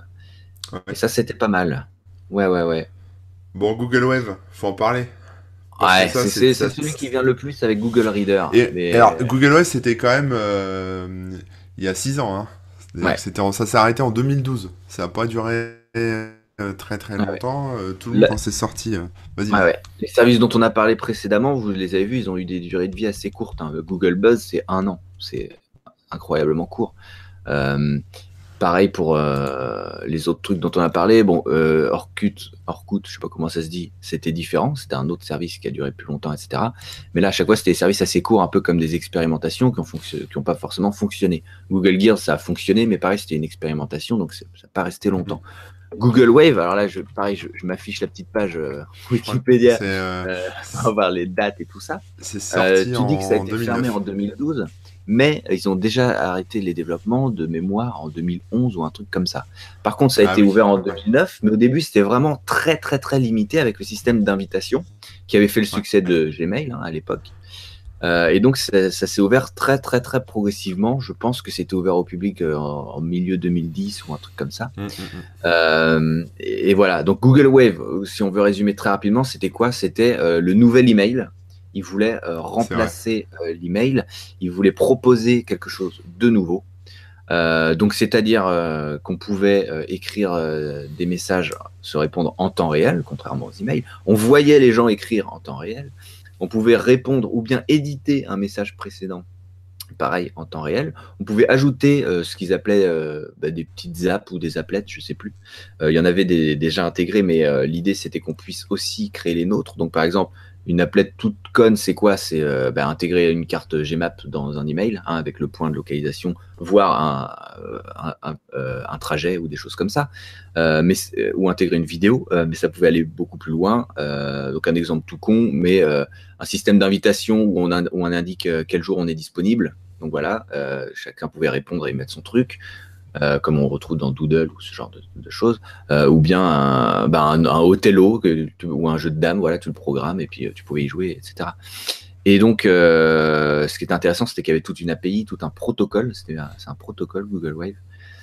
Et Ouais. ça, c'était pas mal. Ouais, ouais, ouais. Bon, Google Wave, faut en parler. Parce que Ouais, ça, c'est c'est c'est- c'est ça. celui qui vient le plus avec Google Reader. Et, et alors, Mais Google Wave, c'était quand même euh, il y a six ans. Hein. C'est-à-dire que ouais, c'était, en- ça s'est arrêté en deux mille douze. Ça n'a pas duré euh, très très ouais, ouais. longtemps. Euh, tout le monde, Là- quand c'est sorti. euh, Vas-y, ouais, vas-y. ouais. Les services dont on a parlé précédemment, vous les avez vus, ils ont eu des durées de vie assez courtes, hein. Le Google Buzz, c'est un an. C'est incroyablement court. Euh, Pareil pour euh, les autres trucs dont on a parlé. Bon, euh, Orkut, Orkut, je sais pas comment ça se dit, c'était différent. C'était un autre service qui a duré plus longtemps, et cetera. Mais là, à chaque fois, c'était des services assez courts, un peu comme des expérimentations qui ont, fonction- qui ont pas forcément fonctionné. Google Gears, ça a fonctionné, mais pareil, c'était une expérimentation, donc c'est- ça n'a pas resté Mhm. longtemps. Google Wave, alors là, je, pareil, je, je m'affiche la petite page euh, Je crois que Wikipédia c'est euh, euh, pour voir les dates et tout ça. c'est Euh, sorti tu dis que ça a en été fermé en deux mille neuf. deux mille douze, mais ils ont déjà arrêté les développements de mémoire en deux mille onze ou un truc comme ça. Par contre, ça a Ah été oui. ouvert en deux mille neuf, mais au début, c'était vraiment très, très, très limité avec le système d'invitation qui avait fait le Ouais. succès de Gmail hein, à l'époque. Euh, et donc, ça, ça s'est ouvert très, très, très progressivement. Je pense que c'était ouvert au public euh, en, en milieu deux mille dix ou un truc comme ça. Mm, mm, mm. Euh, et, et voilà. Donc, Google Wave, si on veut résumer très rapidement, c'était quoi? C'était euh, le nouvel email. Ils voulaient euh, C'est vrai. remplacer euh, l'email. Ils voulaient proposer quelque chose de nouveau. Euh, donc, c'est-à-dire euh, qu'on pouvait euh, écrire euh, des messages, se répondre en temps réel, contrairement aux emails. On voyait les gens écrire en temps réel. On pouvait répondre ou bien éditer un message précédent, pareil, en temps réel. On pouvait ajouter euh, ce qu'ils appelaient euh, bah, des petites apps ou des applettes, je sais plus. Euh, Il y en avait des, déjà intégrés, mais euh, l'idée, c'était qu'on puisse aussi créer les nôtres. Donc, par exemple, Une applet toute conne, c'est quoi? C'est euh, bah, intégrer une carte Gmap dans un email hein, avec le point de localisation, voire un, un, un, euh, un trajet ou des choses comme ça, euh, mais, ou intégrer une vidéo, euh, mais ça pouvait aller beaucoup plus loin. Euh, donc un exemple tout con, mais euh, un système d'invitation où on, a, où on indique quel jour on est disponible. Donc voilà, euh, chacun pouvait répondre et mettre son truc. Euh, comme on retrouve dans Doodle ou ce genre de, de choses, euh, ou bien un, ben un, un Othello que tu, ou un jeu de dames, voilà, tu le programmes et puis euh, tu pouvais y jouer, et cetera. Et donc, euh, ce qui était intéressant, c'était qu'il y avait toute une A P I, tout un protocole. C'était un, c'est un protocole Google Wave.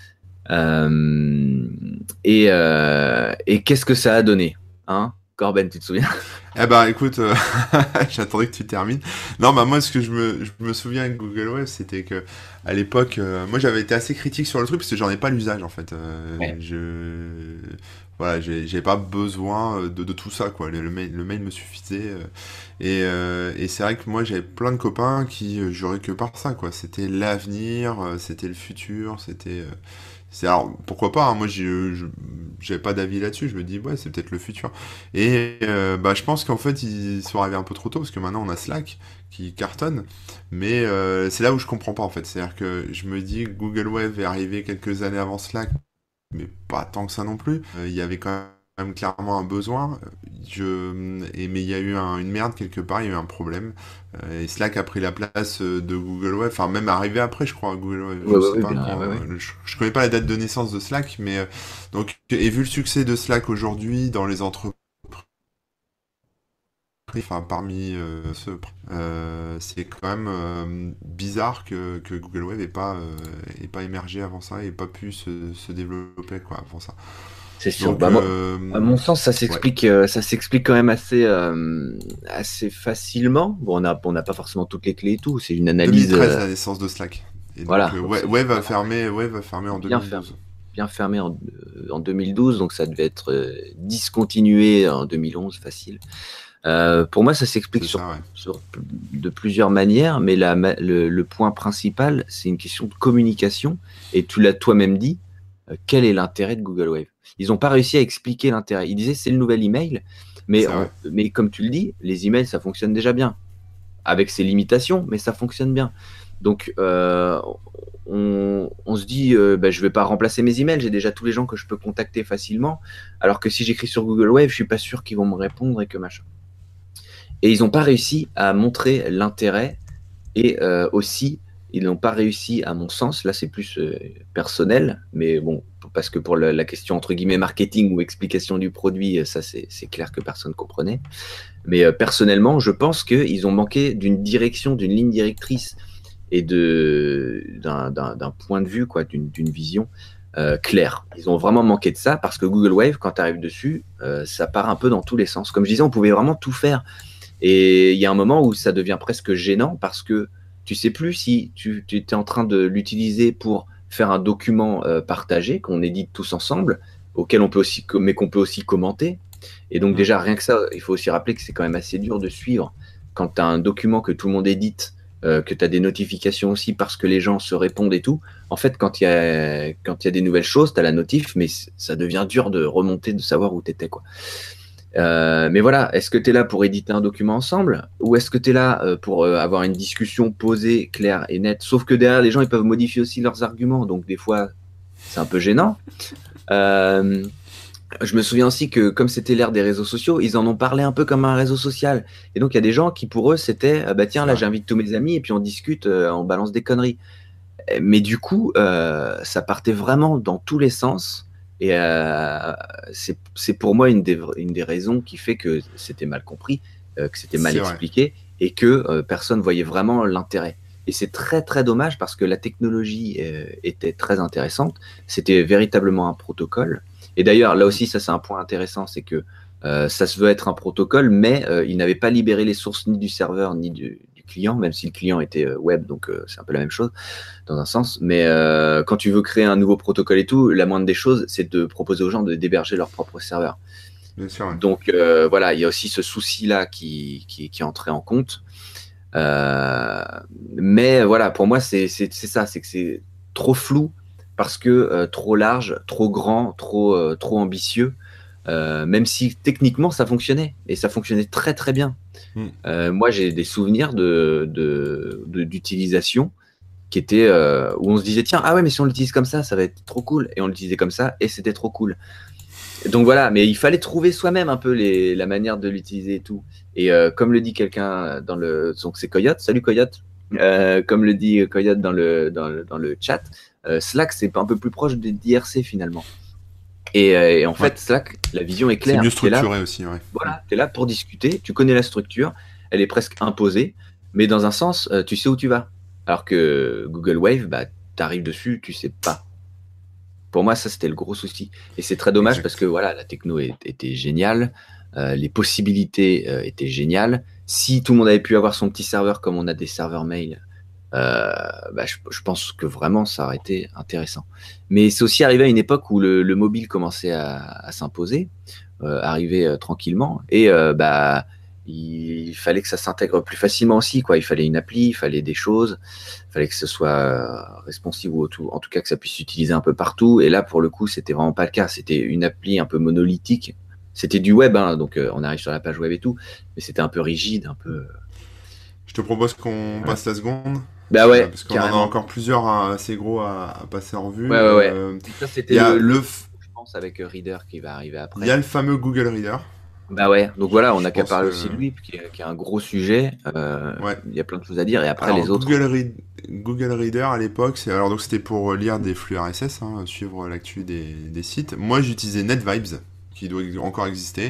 Euh, et, euh, et qu'est-ce que ça a donné, hein, Corben, tu te souviens? Eh ben, écoute, euh, j'attendais que tu termines. Non, bah moi, ce que je me, je me souviens avec Google Wave, c'était que à l'époque, euh, moi, j'avais été assez critique sur le truc parce que j'en ai pas l'usage en fait. Euh, Ouais. je, voilà, j'ai, j'ai pas besoin de, de tout ça, quoi. Le, le mail, le mail me suffisait. euh, et, euh, et c'est vrai que moi, j'avais plein de copains qui euh, juraient que par ça, quoi. C'était l'avenir, euh, c'était le futur, c'était. euh, c'est alors pourquoi pas, hein, moi j'ai- je j'avais pas d'avis là-dessus, je me dis ouais c'est peut-être le futur. Et euh, bah je pense qu'en fait ils sont arrivés un peu trop tôt parce que maintenant on a Slack qui cartonne, mais euh, c'est là où je comprends pas en fait, c'est-à-dire que je me dis Google Wave est arrivé quelques années avant Slack, mais pas tant que ça non plus. Euh, Il y avait quand même clairement un besoin. Je, et, mais il y a eu un- une merde quelque part, il y a eu un problème. Euh, et Slack a pris la place euh, de Google Wave, enfin même arrivé après, je crois, Google Wave. Ouais, Je ouais, sais ouais, pas bien, quand. ouais, ouais. euh, Je, je connais pas la date de naissance de Slack, mais euh, donc et vu le succès de Slack aujourd'hui dans les entreprises. Enfin, parmi euh, ceux, euh, c'est quand même euh, bizarre que, que Google Wave ait pas, euh, ait pas émergé avant ça et pas pu se, se développer quoi avant ça. C'est sûr. Donc, Bah, moi, à euh, mon sens, ça ouais. s'explique, euh, ça s'explique quand même assez, euh, assez facilement. Bon, on n'a on n'a pas forcément toutes les clés et tout. C'est une analyse. deux mille treize, euh, la naissance de Slack. Et donc, voilà. euh, Donc Wa- c'est Wave a voilà, fermé, Wave a fermé en bien fermé. deux mille douze. Bien fermé en, euh, en deux mille douze. Donc ça devait être euh, discontinué en deux mille onze, facile. Euh, pour moi, ça s'explique C'est sur, ça, ouais. sur de plusieurs manières, mais la, ma- le, le point principal, c'est une question de communication. Et tu l'as toi-même dit, euh, quel est l'intérêt de Google Wave? Ils n'ont pas réussi à expliquer l'intérêt. Ils disaient c'est le nouvel email, mais, C'est on- vrai. mais comme tu le dis, les emails, ça fonctionne déjà bien, avec ses limitations, mais ça fonctionne bien. Donc, euh, on, on se dit, euh, bah, je vais pas remplacer mes emails, j'ai déjà tous les gens que je peux contacter facilement, alors que si j'écris sur Google Wave, je suis pas sûr qu'ils vont me répondre et que machin. Et ils n'ont pas réussi à montrer l'intérêt et euh, aussi, ils n'ont pas réussi, à mon sens, là c'est plus euh, personnel, mais bon, parce que pour la, la question entre guillemets marketing ou explication du produit, ça c'est c'est clair que personne ne comprenait. Mais euh, personnellement, je pense qu'ils ont manqué d'une direction, d'une ligne directrice et de d'un d'un- d'un point de vue, quoi, d'une d'une vision euh, claire. Ils ont vraiment manqué de ça parce que Google Wave, quand tu arrives dessus, euh, ça part un peu dans tous les sens. Comme je disais, on pouvait vraiment tout faire. Et il y a un moment où ça devient presque gênant parce que tu sais plus si tu, tu es en train de l'utiliser pour faire un document euh, partagé qu'on édite tous ensemble, auquel on peut aussi, mais qu'on peut aussi commenter. Et donc Mm. déjà, rien que ça, il faut aussi rappeler que c'est quand même assez dur de suivre quand tu as un document que tout le monde édite, euh, que tu as des notifications aussi parce que les gens se répondent et tout. En fait, quand il y a, quand il y a des nouvelles choses, tu as la notif, mais ça devient dur de remonter, de savoir où tu étais, quoi. Euh, mais voilà, est-ce que tu es là pour éditer un document ensemble ou est-ce que tu es là euh, pour euh, avoir une discussion posée, claire et nette? Sauf que derrière, les gens, ils peuvent modifier aussi leurs arguments, donc des fois, c'est un peu gênant. Euh, je me souviens aussi que comme c'était l'ère des réseaux sociaux, ils en ont parlé un peu comme un réseau social. Et donc, il y a des gens qui, pour eux, c'était, ah bah tiens, C'est là, vrai. j'invite tous mes amis et puis on discute, euh, on balance des conneries. Mais du coup, euh, ça partait vraiment dans tous les sens. Et euh, c'est c'est pour moi une des, une des raisons qui fait que c'était mal compris, euh, que c'était mal C'est vrai. expliqué et que euh, personne voyait vraiment l'intérêt. Et c'est très très dommage parce que la technologie euh, était très intéressante. C'était véritablement un protocole. Et d'ailleurs, là Mm. aussi, ça c'est un point intéressant, c'est que euh, ça se veut être un protocole, mais euh, il n'avait pas libéré les sources ni du serveur ni du, du client, même si le client était euh, web, donc euh, c'est un peu la même chose dans un sens. Mais euh, quand tu veux créer un nouveau protocole et tout, la moindre des choses, c'est de proposer aux gens de d'héberger leur propre serveur. Bien sûr, ouais. Donc euh, voilà, il y a aussi ce souci-là qui, qui, qui est entré en compte. Euh, mais voilà, pour moi, c'est c'est- c'est ça, c'est que c'est trop flou parce que euh, trop large, trop grand, trop, euh, trop ambitieux. Euh, même si techniquement ça fonctionnait et ça fonctionnait très très bien. Mm. Euh, moi j'ai des souvenirs de, de, de- d'utilisation qui étaient euh, où on se disait tiens ah ouais mais si on l'utilise comme ça ça va être trop cool et on l'utilisait comme ça et c'était trop cool. Donc voilà, mais il fallait trouver soi-même un peu les, la manière de l'utiliser et tout. Et euh, comme le dit quelqu'un dans le, donc c'est Coyote, salut Coyote. Euh, comme le dit Coyote dans le dans le, dans le chat, euh, Slack c'est un peu plus proche des d'I R C finalement. Et, euh, et en Ouais. fait, Slack, la vision est C'est claire. mieux T'es là, structuré aussi, ouais. voilà, t'es là pour discuter, tu connais la structure, elle est presque imposée, mais dans un sens, euh, tu sais où tu vas. Alors que Google Wave, bah, t'arrives dessus, tu sais pas. Pour moi, ça, c'était le gros souci. Et c'est très dommage parce que Exact. voilà, la techno est- était géniale, euh, les possibilités euh, étaient géniales. Si tout le monde avait pu avoir son petit serveur comme on a des serveurs mail, euh, bah, je, je pense que vraiment ça aurait été intéressant. Mais c'est aussi arrivé à une époque où le, le mobile commençait à, à s'imposer, euh, arriver euh, tranquillement, et euh, bah il fallait que ça s'intègre plus facilement aussi, quoi. Il fallait une appli, il fallait des choses, il fallait que ce soit euh, responsive ou tout, en tout cas que ça puisse s'utiliser un peu partout. Et là, pour le coup, c'était vraiment pas le cas. C'était une appli un peu monolithique. C'était du web, hein, donc euh, on arrive sur la page web et tout, mais c'était un peu rigide, un peu. Je te propose qu'on Voilà. passe la seconde, Bah euh, ouais, parce qu'on en a carrément. encore plusieurs hein, assez gros à, à passer en Ouais, revue. ouais, ouais. Euh, Et ça, Il c'était y a le, le, le, f- je pense, avec euh, Reader qui va arriver il y a après. le fameux Google Reader. Bah ouais, donc Je, voilà, on je n'a qu'à pense parler aussi que, de lui, qui est, qui est un gros sujet. Euh, ouais. il y a plein de choses à dire, et après Alors les autres. Google, Read- Google Reader à l'époque, c'est alors donc c'était pour lire des flux R S S, hein, suivre l'actu des, des sites. Moi, j'utilisais NetVibes, qui doit encore exister.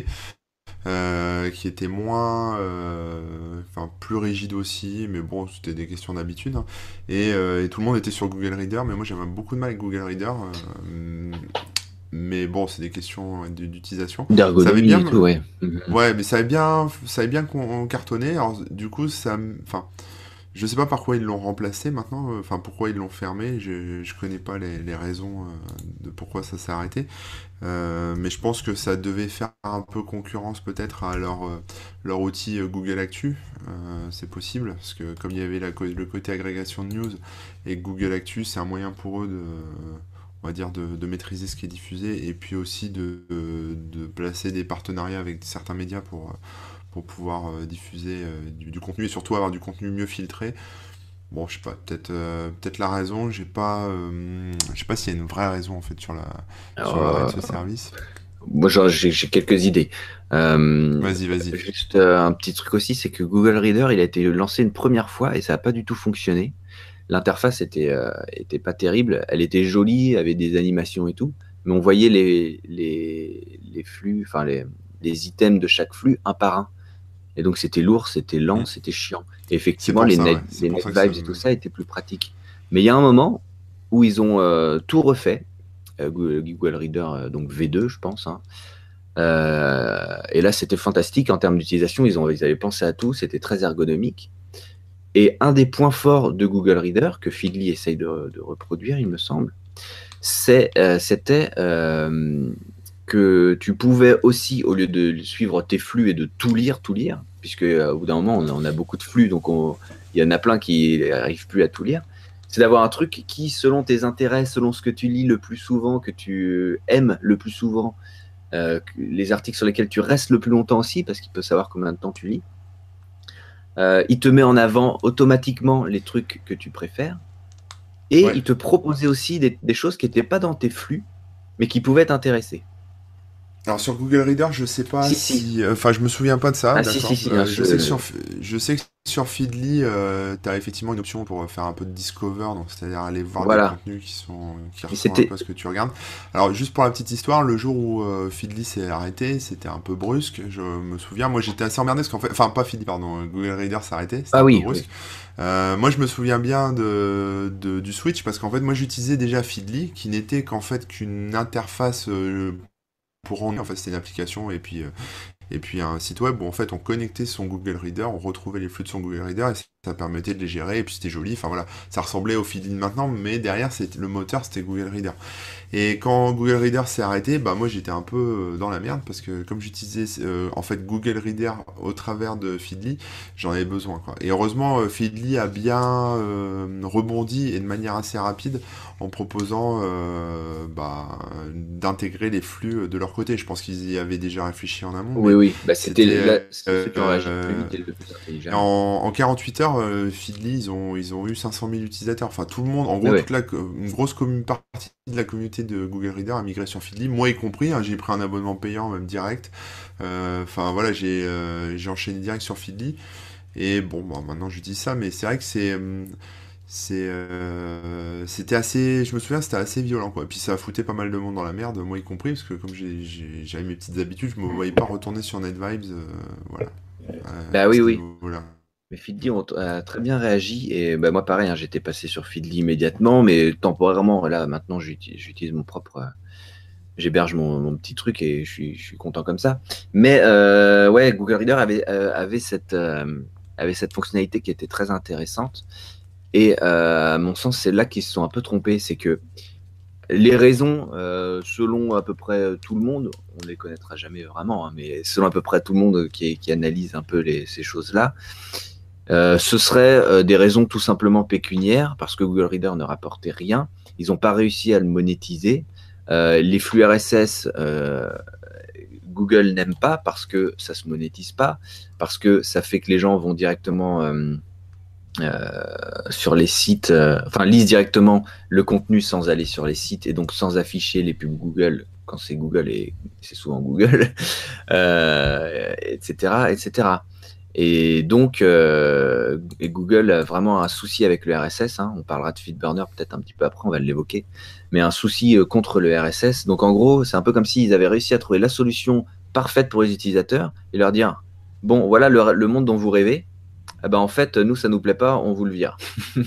Euh, qui était moins, euh, enfin plus rigide aussi, mais bon, c'était des questions d'habitude, hein. Et, euh, et tout le monde était sur Google Reader, mais moi j'avais beaucoup de mal avec Google Reader. euh, mais bon, c'est des questions d'utilisation. Ça avait D'ergonomie bien, et tout, ouais. Mhm. ouais, mais ça avait bien, ça avait bien con- cartonné. Alors du coup, ça, m- enfin, je sais pas par quoi ils l'ont remplacé maintenant, euh, enfin pourquoi ils l'ont fermé. Je, je connais pas les, les raisons euh, de pourquoi ça s'est arrêté. Euh, mais je pense que ça devait faire un peu concurrence peut-être à leur, euh, leur outil euh, Google Actu. Euh, c'est possible, parce que comme il y avait la, co- le côté agrégation de news, et que Google Actu, c'est un moyen pour eux de, on va dire, de, de maîtriser ce qui est diffusé, et puis aussi de, de, de placer des partenariats avec certains médias pour, pour pouvoir euh, diffuser euh, du, du contenu, et surtout avoir du contenu mieux filtré. Bon, je sais pas, peut-être euh, peut-être la raison, j'ai pas, euh, je sais pas s'il y a une vraie raison en fait sur la, sur Alors, l'arrêt de euh, ce service. moi, genre, j'ai j'ai quelques idées. Euh, Vas-y, vas-y. juste euh, un petit truc aussi, c'est que Google Reader, il a été lancé une première fois et ça n'a pas du tout fonctionné. L'interface était, euh, était pas terrible. Elle était jolie, avait des animations et tout, mais on voyait les, les, les flux, enfin les, les items de chaque flux un par un. Et donc c'était lourd, c'était lent, Hmm. c'était chiant. Et C'est effectivement, pour les ça, net, ouais. C'est les pour net ça que ça vibes et me. tout ça étaient plus pratiques. Mais il y a un moment où ils ont euh, tout refait. Euh, Google Google Reader, euh, donc V deux, je pense, hein. Euh, et là, c'était fantastique en termes d'utilisation. Ils, ont, ils avaient pensé à tout, c'était très ergonomique. Et un des points forts de Google Reader, que Feedly essaye de, de reproduire, il me semble, c'est, euh, c'était euh, que tu pouvais aussi, au lieu de suivre tes flux et de tout lire, tout lire, puisque euh, au bout d'un moment, on a, on a beaucoup de flux, donc on- il y en a plein qui n'arrivent plus à tout lire, c'est d'avoir un truc qui, selon tes intérêts, selon ce que tu lis le plus souvent, que tu aimes le plus souvent, euh, les articles sur lesquels tu restes le plus longtemps aussi, parce qu'il peut savoir combien de temps tu lis, euh, il te met en avant automatiquement les trucs que tu préfères, et Ouais. il te proposait aussi des, des choses qui n'étaient pas dans tes flux, mais qui pouvaient t'intéresser. Alors sur Google Reader, je sais pas Si, si. si, euh, enfin, je me souviens pas de ça, Ah, si, si, d'accord. si. Hein, Euh, je sais que je... sur, F- je sais que sur Feedly, euh, t'as effectivement une option pour faire un peu de discover, donc c'est-à-dire aller voir des Voilà. contenus qui sont, qui Et ressemblent un c'était. peu à ce que tu regardes. Alors juste pour la petite histoire, le jour où euh, Feedly s'est arrêté, c'était un peu brusque. Je me souviens, moi j'étais assez emmerdé parce qu'en fait, enfin pas Feedly, pardon, euh, Google Reader s'est arrêté, c'était Ah un peu oui, oui. brusque. Euh, moi je me souviens bien de, de- du switch parce qu'en fait moi j'utilisais déjà Feedly, qui n'était qu'en fait qu'une interface euh, pour rendre, en fait c'était une application et puis euh, et puis un site web où en fait on connectait son Google Reader, on retrouvait les flux de son Google Reader et ça permettait de les gérer, et puis c'était joli, enfin voilà, ça ressemblait au Feedly de maintenant, mais derrière, c'était, le moteur, c'était Google Reader. Et quand Google Reader s'est arrêté, bah moi j'étais un peu euh, dans la merde, parce que comme j'utilisais euh, en fait Google Reader au travers de Feedly, j'en avais besoin, quoi. Et heureusement, euh, Feedly a bien euh, rebondi, et de manière assez rapide, en proposant euh, bah, d'intégrer les flux de leur côté. Je pense qu'ils y avaient déjà réfléchi en amont, Oui, mais oui, bah, c'était là, c'était c'était ceux qui ont réagi le plus euh, vite et le plus et intelligemment. en, en quarante-huit heures, euh, Feedly, ils ont, ils ont eu cinq cent mille utilisateurs. Enfin, tout le monde, en Ah gros, ouais. toute la, co- une grosse commu- partie de la communauté de Google Reader a migré sur Feedly, moi y compris. Hein, j'ai pris un abonnement payant, même direct. Euh, Enfin, voilà, j'ai euh, j'ai enchaîné direct sur Feedly. Et bon, bah, maintenant j'utilise ça, mais c'est vrai que c'est. hum, c'est, euh, c'était assez, je me souviens, c'était assez violent, quoi. Et puis ça a fouté pas mal de monde dans la merde, moi y compris, parce que comme j'ai, j'ai- j'avais mes petites habitudes, je me voyais pas retourner sur NetVibes, euh, voilà, Bah à oui, ce oui. niveau-là. Mais Feedly ont a très bien réagi et bah, moi pareil, hein, j'étais passé sur Feedly immédiatement, mais temporairement. Là, maintenant, j'utilise, j'utilise mon propre, euh, j'héberge mon, mon petit truc et je suis, je suis content comme ça. Mais euh, ouais, Google Reader avait, euh, avait cette, euh, avait cette fonctionnalité qui était très intéressante. Et euh, à mon sens, c'est là qu'ils se sont un peu trompés, c'est que les raisons, euh, selon à peu près tout le monde, on ne les connaîtra jamais vraiment, hein, mais selon à peu près tout le monde qui, qui analyse un peu les, ces choses-là, euh, ce serait euh, des raisons tout simplement pécuniaires, parce que Google Reader ne rapportait rien. Ils n'ont pas réussi à le monétiser. Euh, les flux R S S, euh, Google n'aime pas parce que ça se monétise pas, parce que ça fait que les gens vont directement euh, euh, sur les sites, euh, enfin lisent directement le contenu sans aller sur les sites et donc sans afficher les pubs Google quand c'est Google et c'est souvent Google, euh, et cetera, et cetera. Et donc, euh, et Google a vraiment un souci avec le R S S. Hein. On parlera de FeedBurner peut-être un petit peu après, on va l'évoquer. Mais un souci euh, contre le R S S. Donc, en gros, c'est un peu comme s'ils avaient réussi à trouver la solution parfaite pour les utilisateurs et leur dire, bon, voilà le, le monde dont vous rêvez. Ah ben, en fait, nous, ça nous plaît pas, on vous le vire.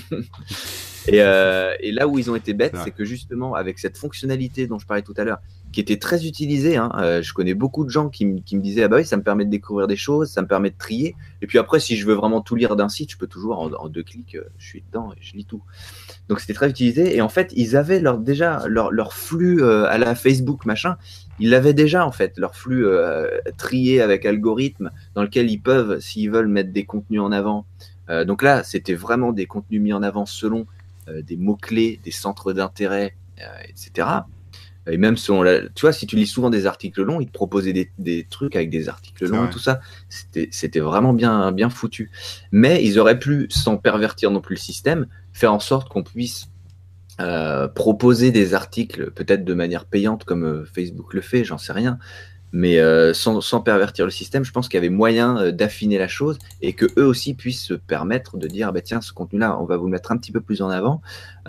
Et, euh, et là où ils ont été C'est bêtes, vrai. c'est que justement, avec cette fonctionnalité dont je parlais tout à l'heure, qui était très utilisée, hein, euh, je connais beaucoup de gens qui, m- qui me disaient, ah bah oui, ça me permet de découvrir des choses, ça me permet de trier. Et puis après, si je veux vraiment tout lire d'un site, je peux toujours, en, en deux clics, euh, je suis dedans et je lis tout. Donc c'était très utilisé. Et en fait, ils avaient leur, déjà leur, leur flux euh, à la Facebook, machin. Ils l'avaient déjà, en fait, leur flux euh, trié avec algorithme dans lequel ils peuvent, s'ils veulent, mettre des contenus en avant. Euh, donc là, c'était vraiment des contenus mis en avant selon euh, des mots-clés, des centres d'intérêt, euh, et cetera. Et même selon la... Tu vois, si tu lis souvent des articles longs, ils te proposaient des, des trucs avec des articles C'est longs et vrai. tout ça. C'était, c'était vraiment bien, bien foutu. Mais ils auraient pu, sans pervertir non plus le système, faire en sorte qu'on puisse euh, proposer des articles, peut-être de manière payante comme euh, Facebook le fait, j'en sais rien, mais euh, sans, sans pervertir le système. Je pense qu'il y avait moyen euh, d'affiner la chose et que eux aussi puissent se permettre de dire, bah, tiens, ce contenu-là, on va vous le mettre un petit peu plus en avant,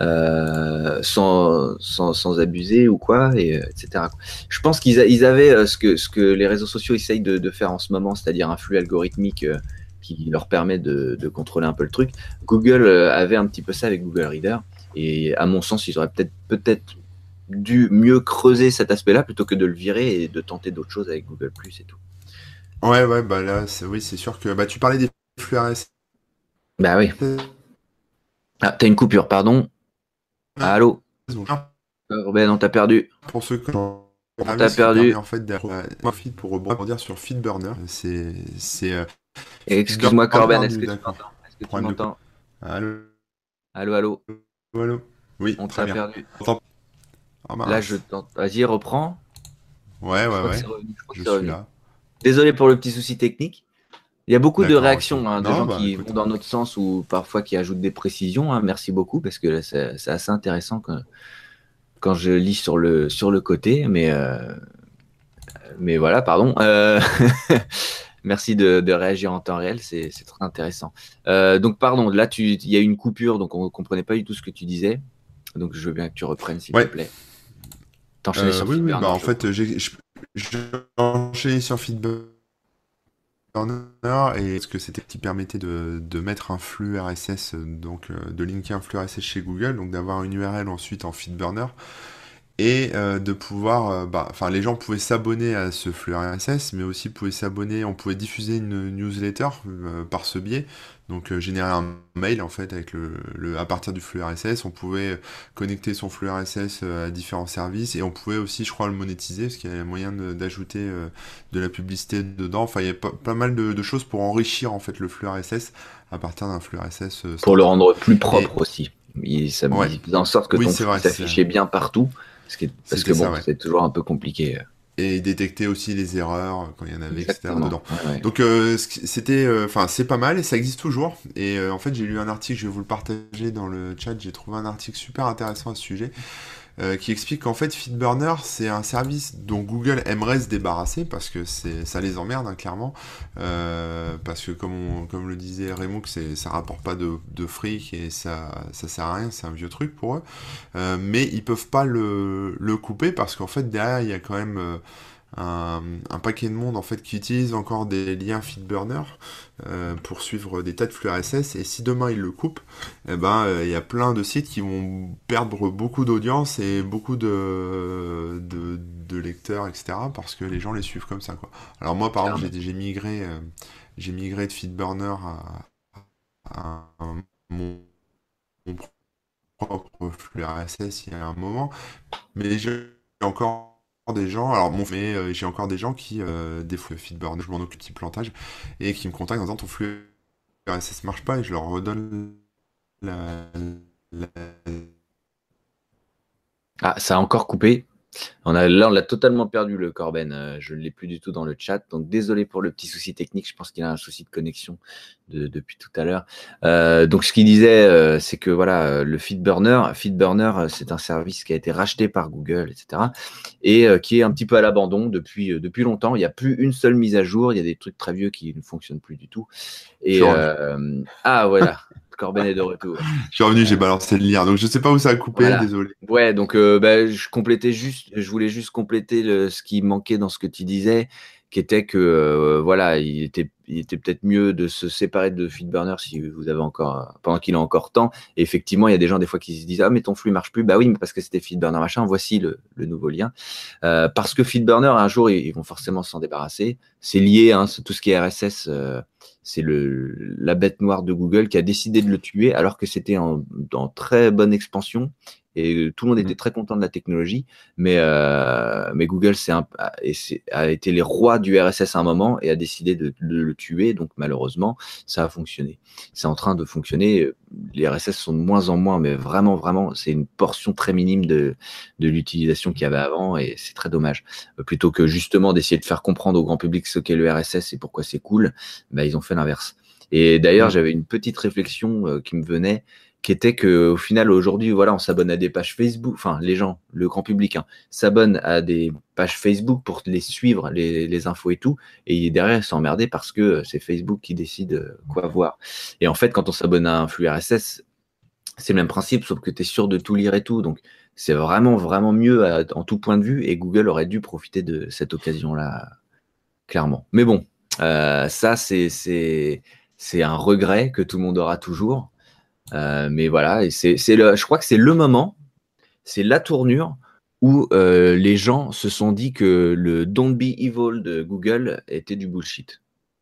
euh, sans, sans, sans abuser ou quoi, et, euh, et cetera. Je pense qu'ils a- ils avaient euh, ce, que, ce que les réseaux sociaux essayent de, de faire en ce moment, c'est-à-dire un flux algorithmique euh, qui leur permet de, de contrôler un peu le truc. Google euh, avait un petit peu ça avec Google Reader, et à mon sens, ils auraient peut-être peut-être dû mieux creuser cet aspect-là plutôt que de le virer et de tenter d'autres choses avec Google Plus et tout. Ouais, ouais, bah là, c'est, oui, c'est sûr que, bah, tu parlais des flux R S Bah oui. S, Ah, t'as une coupure, pardon. Allô. donc, Urbain, on t'a perdu. pour ceux qui ont un On t'a service qui permet perdu. en fait d'avoir un feed pour rebondir sur FeedBurner. C'est, c'est, euh, Et FeedBurner excuse-moi, est Corben, est-ce perdu, que tu d'accord. m'entends? Est-ce que tu Problème de quoi? m'entends? Allô, Allô, allô. allô? Oui, On très t'a bien. perdu. Entends- Ah Là, je mince. t'entends. Vas-y, reprends. Ouais, Je ouais, crois que ouais. c'est revenu. Je crois que Je c'est suis revenu. là. Désolé pour le petit souci technique. Il y a beaucoup de D'accord, ok. réactions hein, de Non, gens bah qui vont écoute. dans notre sens ou parfois qui ajoutent des précisions. Hein. Merci beaucoup parce que là, c'est c'est assez intéressant quand, quand je lis sur le, sur le côté. Mais, euh, mais voilà, pardon. Euh, merci de, de réagir en temps réel, c'est c'est très intéressant. Euh, donc, pardon, là, tu- il y a eu une coupure, donc on ne comprenait pas du tout ce que tu disais. Donc, je veux bien que tu reprennes, s'il te Ouais. plaît. T'enchaînais Euh, sur oui, oui, bah FeedBurner, en je crois. fait, j'ai je- j'ai enchaîné sur FeedBurner et ce que c'était qui permettait de, de mettre un flux R S S, euh, donc euh, de linker un flux R S S chez Google, donc d'avoir une U R L ensuite en FeedBurner. et euh, de pouvoir, euh, bah, enfin, les gens pouvaient s'abonner à ce flux R S S, mais aussi pouvaient s'abonner, on pouvait diffuser une newsletter euh, par ce biais, donc euh, générer un mail en fait avec le, le- à partir du flux R S S, on pouvait connecter son flux R S S euh, à différents services et on pouvait aussi, je crois, le monétiser parce qu'il y avait moyen de- d'ajouter euh, de la publicité dedans. Enfin, il y a pas, pas mal de, de choses pour enrichir en fait le flux R S S à partir d'un flux R S S euh, Pour le standard. rendre plus Et propre aussi. Il, ça, ouais, il faisait en sorte que oui, ton c'est flux vrai, c'est- s'affichait bien partout. Parce que, parce que c'était ça, bon, ouais. c'est toujours un peu compliqué. Et détecter aussi les erreurs euh, quand il y en avait, et cetera Exactement. dedans. Ouais, ouais. Donc euh, ce qui- c'était, euh, enfin c'est pas mal et ça existe toujours. Et euh, en fait j'ai lu un article, je vais vous le partager dans le chat. J'ai trouvé un article super intéressant à ce sujet euh, qui explique qu'en fait Feedburner c'est un service dont Google aimerait se débarrasser parce que c'est ça les emmerde hein, clairement. Euh, parce que comme on, comme le disait Raymond, que c'est ça rapporte pas de, de fric et ça ça sert à rien, c'est un vieux truc pour eux. Euh, mais ils peuvent pas le, le couper parce qu'en fait derrière il y a quand même euh, un, un paquet de monde en fait qui utilise encore des liens Feedburner euh, pour suivre des tas de flux R S S et si demain ils le coupent, eh ben il euh, y a plein de sites qui vont perdre beaucoup d'audience et beaucoup de, de, de lecteurs et cetera parce que les gens les suivent comme ça quoi. Alors moi par exemple Clairement. j'ai j'ai migré euh, j'ai migré de Feedburner à, à mon, mon propre flux R S S il y a un moment mais j'ai encore des gens, alors mon mais euh, j'ai encore des gens qui, euh, des fois, Feedburner, je m'en occupe petit plantage, et qui me contactent en disant ton flux R S S marche pas, et je leur redonne la, la- Ah, ça a encore coupé. On a, là, on l'a totalement perdu, le Corben. Euh, je ne l'ai plus du tout dans le chat. Donc, désolé pour le petit souci technique. Je pense qu'il a un souci de connexion de- depuis tout à l'heure. Euh, donc, ce qu'il disait, euh, c'est que voilà, euh, le Feedburner, Feedburner, euh, c'est un service qui a été racheté par Google, et cetera. Et euh, qui est un petit peu à l'abandon depuis, euh, depuis longtemps. Il n'y a plus une seule mise à jour. Il y a des trucs très vieux qui ne fonctionnent plus du tout. Je suis Et revenu. euh, ah, voilà, Corben est de retour. Je suis revenu, j'ai balancé le lien, donc je sais pas où ça a coupé, Voilà. désolé. Ouais, donc euh, bah, je complétais juste, je voulais juste compléter le, ce qui manquait dans ce que tu disais, qui était que euh, voilà, il était, il était peut-être mieux de se séparer de Feedburner si vous avez encore, pendant qu'il a encore temps. Et effectivement, il y a des gens des fois qui se disent ah mais ton flux marche plus, bah oui, mais parce que c'était Feedburner machin. Voici le, le nouveau lien. Euh, parce que Feedburner un jour ils, ils vont forcément s'en débarrasser. C'est lié, hein, c'est tout ce qui est R S S. Euh, c'est le, la bête noire de Google qui a décidé de le tuer alors que c'était en, en très bonne expansion et tout le monde était Mhm. très content de la technologie, mais, euh, mais Google c'est un, a, a été les rois du R S S à un moment et a décidé de, de le tuer, donc malheureusement ça a fonctionné. C'est en train de fonctionner, les R S S sont de moins en moins, mais vraiment, vraiment, c'est une portion très minime de, de l'utilisation qu'il y avait avant et c'est très dommage. Plutôt que justement d'essayer de faire comprendre au grand public ce qu'est le R S S et pourquoi c'est cool, bah, ils ont fait l'inverse. Et d'ailleurs, Mhm. j'avais une petite réflexion euh, qui me venait, qui était que au final, aujourd'hui, voilà, on s'abonne à des pages Facebook, enfin, les gens, le grand public, hein, s'abonne à des pages Facebook pour les suivre, les, les infos et tout, et derrière, ils sont emmerdés parce que c'est Facebook qui décide euh, quoi voir. Et en fait, quand on s'abonne à un flux R S S, c'est le même principe, sauf que tu es sûr de tout lire et tout, donc c'est vraiment, vraiment mieux à, en tout point de vue, et Google aurait dû profiter de cette occasion-là, clairement. Mais bon, euh, ça, c'est, c'est, c'est un regret que tout le monde aura toujours. Euh, mais voilà, et c'est, c'est le, je crois que c'est le moment, c'est la tournure où euh, les gens se sont dit que le Don't Be Evil de Google était du bullshit.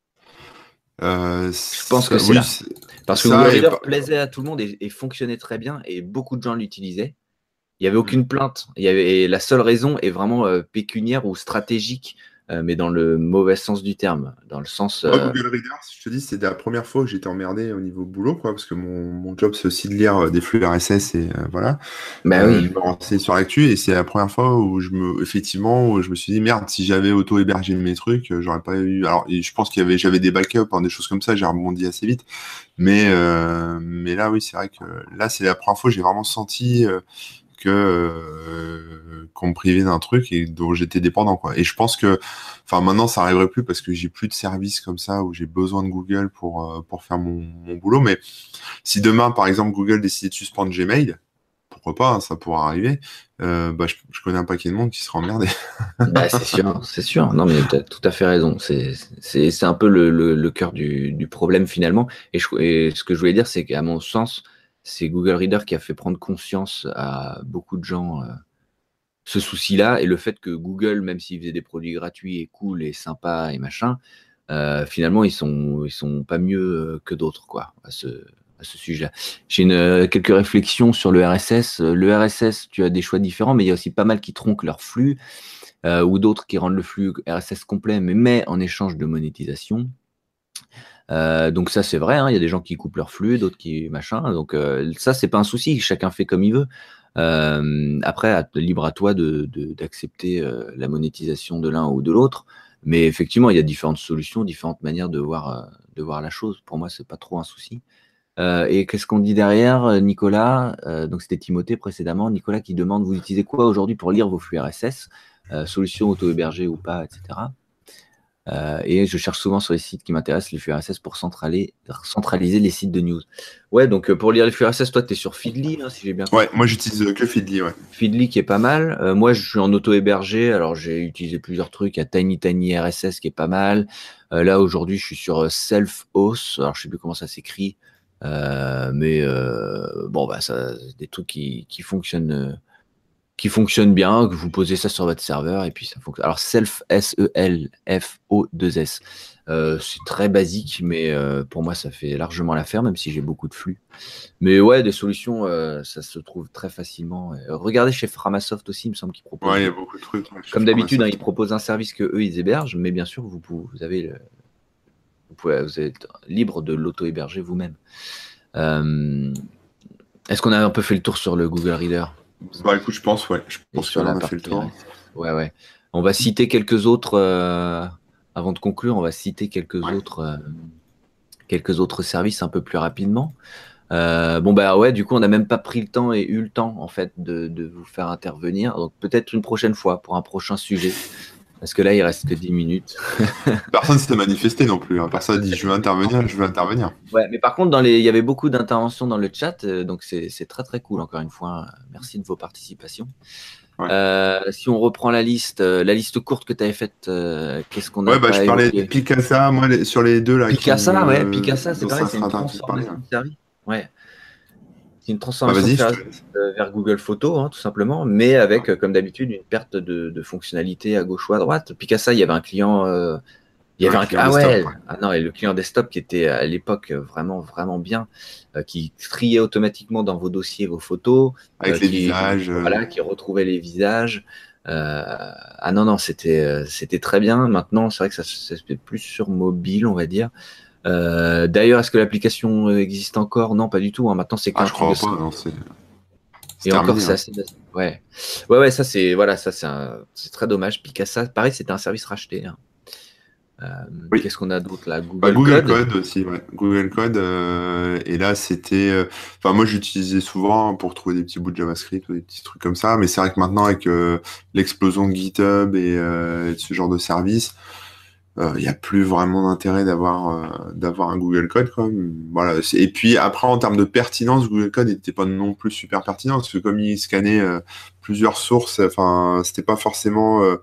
Euh, Je pense que ça, c'est oui, là. c'est- Parce que Google ça et Reader pas- plaisait à tout le monde et, et fonctionnait très bien et beaucoup de gens l'utilisaient. Il n'y avait Mhm. aucune plainte. Il y avait, et la seule raison est vraiment euh, pécuniaire ou stratégique, euh, mais dans le mauvais sens du terme. Dans le sens. Moi, Euh, Google Reader, si je te dis, c'est la première fois que j'étais emmerdé au niveau boulot, quoi, parce que mon, mon job, c'est aussi de lire euh, des flux R S S et euh, voilà. bah Euh, oui. je me renseigne sur l'actu et c'est la première fois où je me, effectivement, où je me suis dit, merde, si j'avais auto-hébergé mes trucs, euh, j'aurais pas eu. Alors, et je pense qu'il y avait, j'avais des backups, hein, des choses comme ça, j'ai rebondi assez vite. Mais, euh, mais là, oui, c'est vrai que là, c'est la première fois que j'ai vraiment senti euh, que euh, qu'on me privait d'un truc et dont j'étais dépendant quoi. Et je pense que enfin maintenant ça arriverait plus parce que j'ai plus de services comme ça où j'ai besoin de Google pour euh, pour faire mon, mon boulot mais si demain par exemple Google décidait de suspendre Gmail, pourquoi pas, hein, ça pourra arriver. Euh, bah je, je connais un paquet de monde qui sera emmerdé. Bah, c'est sûr, c'est sûr. Non, mais tu as tout à fait raison. C'est, c'est, c'est un peu le, le, le cœur du, du problème finalement. Et, je, et ce que je voulais dire, c'est qu'à mon sens, c'est Google Reader qui a fait prendre conscience à beaucoup de gens, euh, ce souci-là et le fait que Google, même s'ils faisaient des produits gratuits et cool et sympas et machin, euh, finalement, ils sont, ils sont pas mieux que d'autres, quoi, à ce, à ce sujet-là. J'ai une, euh, quelques réflexions sur le R S S. Le R S S, tu as des choix différents, mais il y a aussi pas mal qui tronquent leur flux, euh, ou d'autres qui rendent le flux R S S complet, mais, mais en échange de monétisation. Euh, donc ça c'est vrai, hein, il y a des gens qui coupent leur flux, d'autres qui machin. Donc euh, ça c'est pas un souci, chacun fait comme il veut. Euh, après, à, libre à toi de, de, d'accepter euh, la monétisation de l'un ou de l'autre. Mais effectivement, il y a différentes solutions, différentes manières de voir, euh, de voir la chose. Pour moi, c'est pas trop un souci. Euh, et qu'est-ce qu'on dit derrière, Nicolas? euh, Donc c'était Timothée précédemment. Nicolas qui demande, vous utilisez quoi aujourd'hui pour lire vos flux R S S, euh, solution auto-hébergée ou pas, et cetera. Euh, et je cherche souvent sur les sites qui m'intéressent les flux R S S pour centraliser, centraliser les sites de news. Ouais, donc euh, pour lire les flux R S S, toi, tu es sur Feedly, hein, si j'ai bien compris. Ouais, moi j'utilise que Feedly, ouais. Feedly qui est pas mal. Euh, moi, je suis en auto-hébergé. Alors, j'ai utilisé plusieurs trucs. Il y a Tiny Tiny R S S qui est pas mal. Euh, là, aujourd'hui, je suis sur Self-Host. Alors, je sais plus comment ça s'écrit. Euh, mais euh, bon, bah, ça, des trucs qui, qui fonctionnent. Euh, qui fonctionne bien, que vous posez ça sur votre serveur et puis ça fonctionne. Alors Self, S E L F O deux S, euh, c'est très basique, mais euh, pour moi ça fait largement l'affaire, même si j'ai beaucoup de flux. Mais ouais, des solutions, euh, ça se trouve très facilement. Euh, regardez chez Framasoft aussi, il me semble qu'ils proposent. Ouais, il y a beaucoup de trucs. Ouais, comme d'habitude, hein, ils proposent un service que eux ils hébergent, mais bien sûr vous, pouvez, vous avez, le, vous pouvez, vous êtes libre de l'auto-héberger vous-même. Euh, est-ce qu'on a un peu fait le tour sur le Google Reader? Bah écoute, je pense, ouais. Je pense qu'on a fait le tour. Ouais, ouais. On va citer quelques autres, euh, avant de conclure, on va citer quelques ouais. autres, euh, quelques autres services un peu plus rapidement. Euh, bon bah ouais, du coup, on n'a même pas pris le temps et eu le temps en fait de, de vous faire intervenir. Donc peut-être une prochaine fois pour un prochain sujet. Parce que là, il reste que dix minutes. Personne ne s'est manifesté non plus. Hein. Personne n'a dit je veux intervenir, je veux intervenir. Ouais, mais par contre, dans les... il y avait beaucoup d'interventions dans le chat, euh, donc c'est, c'est très très cool. Encore une fois, merci de vos participations. Ouais. Euh, si on reprend la liste, euh, la liste courte que tu avais faite, euh, qu'est-ce qu'on a? Ouais, bah, je parlais de Picasa, moi, les, sur les deux là. Picasa, qui, ouais, euh, Picasa, c'est pareil, c'est une transformation de service. Ouais. C'est une transformation bah, de service euh, vers Google Photos, hein, tout simplement, mais avec, euh, comme d'habitude, une perte de, de fonctionnalité à gauche ou à droite. Picasa, il y avait un client. Euh, il y avait ouais, un ah ouais, ouais, ah non, et le client desktop qui était à l'époque vraiment vraiment bien, euh, qui triait automatiquement dans vos dossiers vos photos, avec euh, les qui, visages, voilà, qui retrouvait les visages. Euh, ah non non, c'était c'était très bien. Maintenant, c'est vrai que ça se fait plus sur mobile, on va dire. Euh, d'ailleurs, est-ce que l'application existe encore? Non, pas du tout. Hein. Maintenant, c'est ah, je crois pas. Non, c'est... c'est et terminé, encore, c'est assez... ouais, ouais, ouais, ça c'est voilà, ça c'est un... c'est très dommage. Picasa, pareil, c'était un service racheté. Hein. Euh, oui. Qu'est-ce qu'on a d'autre là? Google, bah, Google Code. Code aussi, ouais. Google Code. Euh, et là, c'était. Enfin, euh, moi, j'utilisais souvent pour trouver des petits bouts de JavaScript ou des petits trucs comme ça. Mais c'est vrai que maintenant, avec euh, l'explosion de GitHub et, euh, et de ce genre de service, il euh, n'y a plus vraiment d'intérêt d'avoir euh, d'avoir un Google Code, quoi. Voilà. Et puis après, en termes de pertinence, Google Code n'était pas non plus super pertinent parce que comme il scannait euh, plusieurs sources, enfin, c'était pas forcément euh,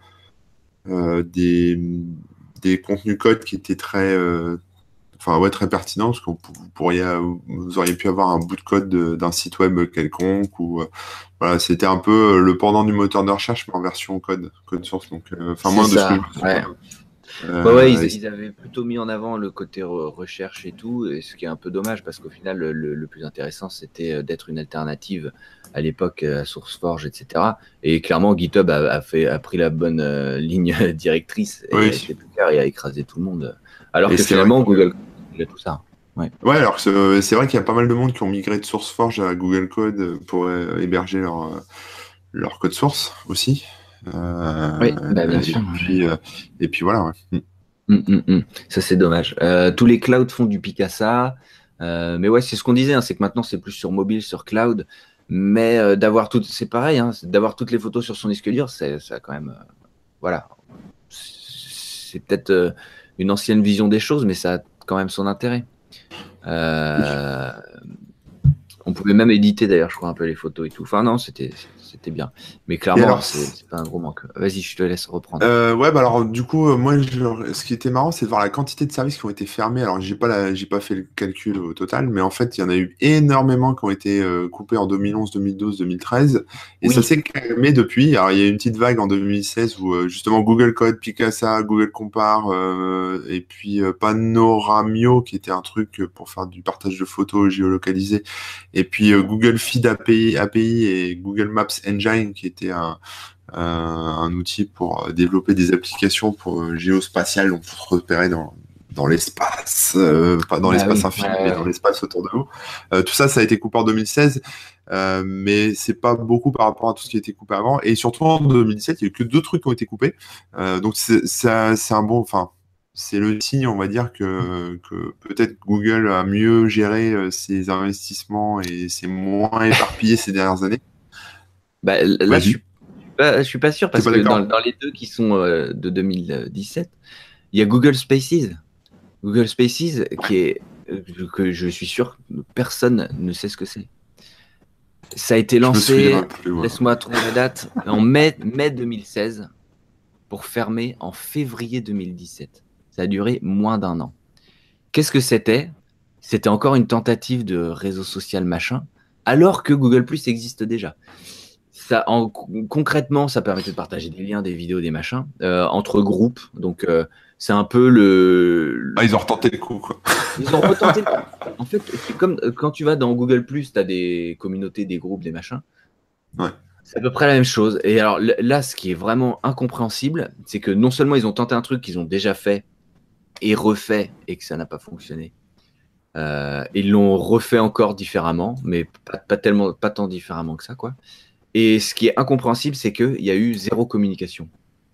euh, des des contenus code qui étaient très euh, enfin ouais très pertinents parce que vous pourriez vous auriez pu avoir un bout de code de, d'un site web quelconque ou euh, voilà, c'était un peu le pendant du moteur de recherche mais en version code code source, donc enfin euh, moi de ce que je ouais. Euh, ouais, ouais, ils, ils avaient plutôt mis en avant le côté re- recherche et tout, et ce qui est un peu dommage parce qu'au final, le, le plus intéressant, c'était d'être une alternative à l'époque à SourceForge, et cetera. Et clairement, GitHub a, a, fait, a pris la bonne euh, ligne directrice et oui. a été plus clair et a écrasé tout le monde. Alors et que finalement, que... Google a tout ça. Ouais, ouais alors que c'est vrai qu'il y a pas mal de monde qui ont migré de SourceForge à Google Code pour euh, héberger leur, leur code source aussi. Euh, oui, bah bien et sûr. Puis, euh, et puis voilà. Ouais. Mm, mm, mm. Ça, c'est dommage. Euh, tous les clouds font du Picasa. Euh, mais ouais, c'est ce qu'on disait, hein, c'est que maintenant, c'est plus sur mobile, sur cloud. Mais euh, d'avoir tout, c'est pareil, hein, d'avoir toutes les photos sur son disque dur, c'est, ça quand même. Euh, voilà. C'est peut-être euh, une ancienne vision des choses, mais ça a quand même son intérêt. Euh, on pouvait même éditer, d'ailleurs, je crois, un peu les photos et tout. Enfin, non, c'était. c'était bien. Mais Et clairement, alors, c'est c'est pas un gros manque. Vas-y, je te laisse reprendre. Euh, ouais, bah alors du coup, euh, moi, je- ce qui était marrant, c'est de voir la quantité de services qui ont été fermés. Alors, j'ai pas la- j'ai pas fait le calcul au total, mais en fait, il y en a eu énormément qui ont été euh, coupés en deux mille onze, deux mille douze, deux mille treize, et ça Oui, s'est calmé depuis. Alors, il y a eu une petite vague en deux mille seize où euh, justement Google Code, Picasa, Google Compare, euh, et puis euh, Panoramio, qui était un truc euh, pour faire du partage de photos géolocalisées, et puis euh, Google Feed A P I, A P I et Google Maps Engine, qui était un euh, un outil pour euh, développer des applications pour euh, géospatiales, donc pour se repérer dans, dans l'espace, euh, pas dans bah l'espace oui, infini, ouais, mais dans ouais. l'espace autour de vous. Euh, tout ça, ça a été coupé en deux mille seize, euh, mais c'est pas beaucoup par rapport à tout ce qui a été coupé avant. Et surtout en deux mille dix-sept, il y a eu que deux trucs qui ont été coupés. Euh, donc c'est ça- c'est un bon, enfin, c'est le signe, on va dire, que, que peut-être Google a mieux géré euh, ses investissements et s'est moins éparpillé ces dernières années. Bah, là, je Vas-y, suis pas, je suis pas sûr t'es parce pas que dans, d'accord? dans les deux qui sont euh, de deux mille dix-sept, il y a Google Spaces. Google Spaces qui est euh, que je suis sûr que personne ne sait ce que c'est. Ça a été Je me souviens lancé, même plus, moi. laisse-moi trouver la date, en mai, mai deux mille seize pour fermer en février deux mille dix-sept. Ça a duré moins d'un an. Qu'est-ce que c'était? C'était encore une tentative de réseau social machin, alors que Google Plus existe déjà. Ça, en, concrètement, ça permettait de partager des liens, des vidéos, des machins euh, entre groupes. Donc, euh, c'est un peu le, Ah, le- ils ont retenté le coup, quoi. Ils ont retenté. En fait, c'est comme euh, quand tu vas dans Google Plus, tu as des communautés, des groupes, des machins. Ouais. C'est à peu près la même chose. Et alors l- là, ce qui est vraiment incompréhensible, c'est que non seulement ils ont tenté un truc qu'ils ont déjà fait et refait et que ça n'a pas fonctionné, euh, ils l'ont refait encore différemment, mais pas, pas tellement, pas tant différemment que ça, quoi. Et ce qui est incompréhensible, c'est qu'il y a eu zéro communication.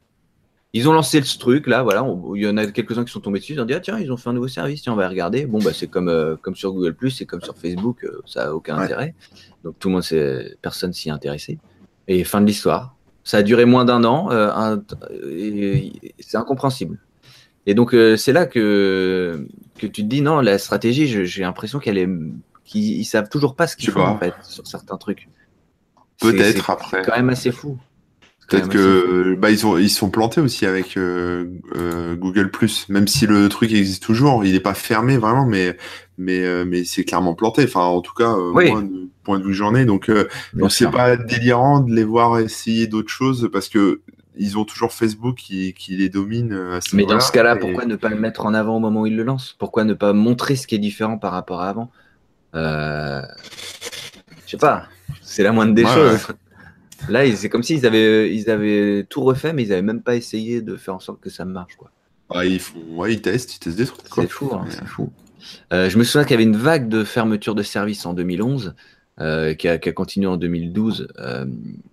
Ils ont lancé ce truc là, voilà. on- Il y en a quelques-uns qui sont tombés dessus. Ils ont dit ah tiens, ils ont fait un nouveau service, tiens, on va regarder. Bon bah c'est comme euh, comme sur Google Plus, c'est comme sur Facebook, euh, ça a aucun Ouais. intérêt. Donc tout le monde, s'est- personne s'y est intéressé. Et fin de l'histoire. Ça a duré moins d'un an. euh, un- et- et c'est incompréhensible. Et donc euh, c'est là que que tu te dis non, la stratégie, je- j'ai l'impression qu'elle est, qu'ils ils savent toujours pas ce Je qu'ils sais font en pas. fait sur certains trucs. C'est c'est Peut-être c'est après. quand même assez fou. C'est quand Peut-être même assez fou. que bah ils ont ils se sont plantés aussi avec euh, euh, Google Plus, même si le truc existe toujours, il n'est pas fermé vraiment, mais mais euh, mais c'est clairement planté. Enfin, en tout cas, euh, Oui, moi, du point de vue que j'en ai, donc euh, bien donc c'est sûr. pas délirant de les voir essayer d'autres choses parce que ils ont toujours Facebook qui, qui les domine euh, à ce Mais dans ce niveau-là. cas-là, pourquoi Et ne pas le mettre en avant au moment où il le lance? Pourquoi ne pas montrer ce qui est différent par rapport à avant? euh, Je sais pas, c'est la moindre des ouais, ouais. choses. Là, ils- c'est comme s'ils avaient, ils avaient tout refait, mais ils n'avaient même pas essayé de faire en sorte que ça marche, quoi. Ouais, ils font, ouais, ils testent, ils testent des trucs, C'est quoi. fou, hein, Mais, c'est fou. Euh, je me souviens qu'il y avait une vague de fermeture de services en deux mille onze, euh, qui a, qui a continué en deux mille douze. euh,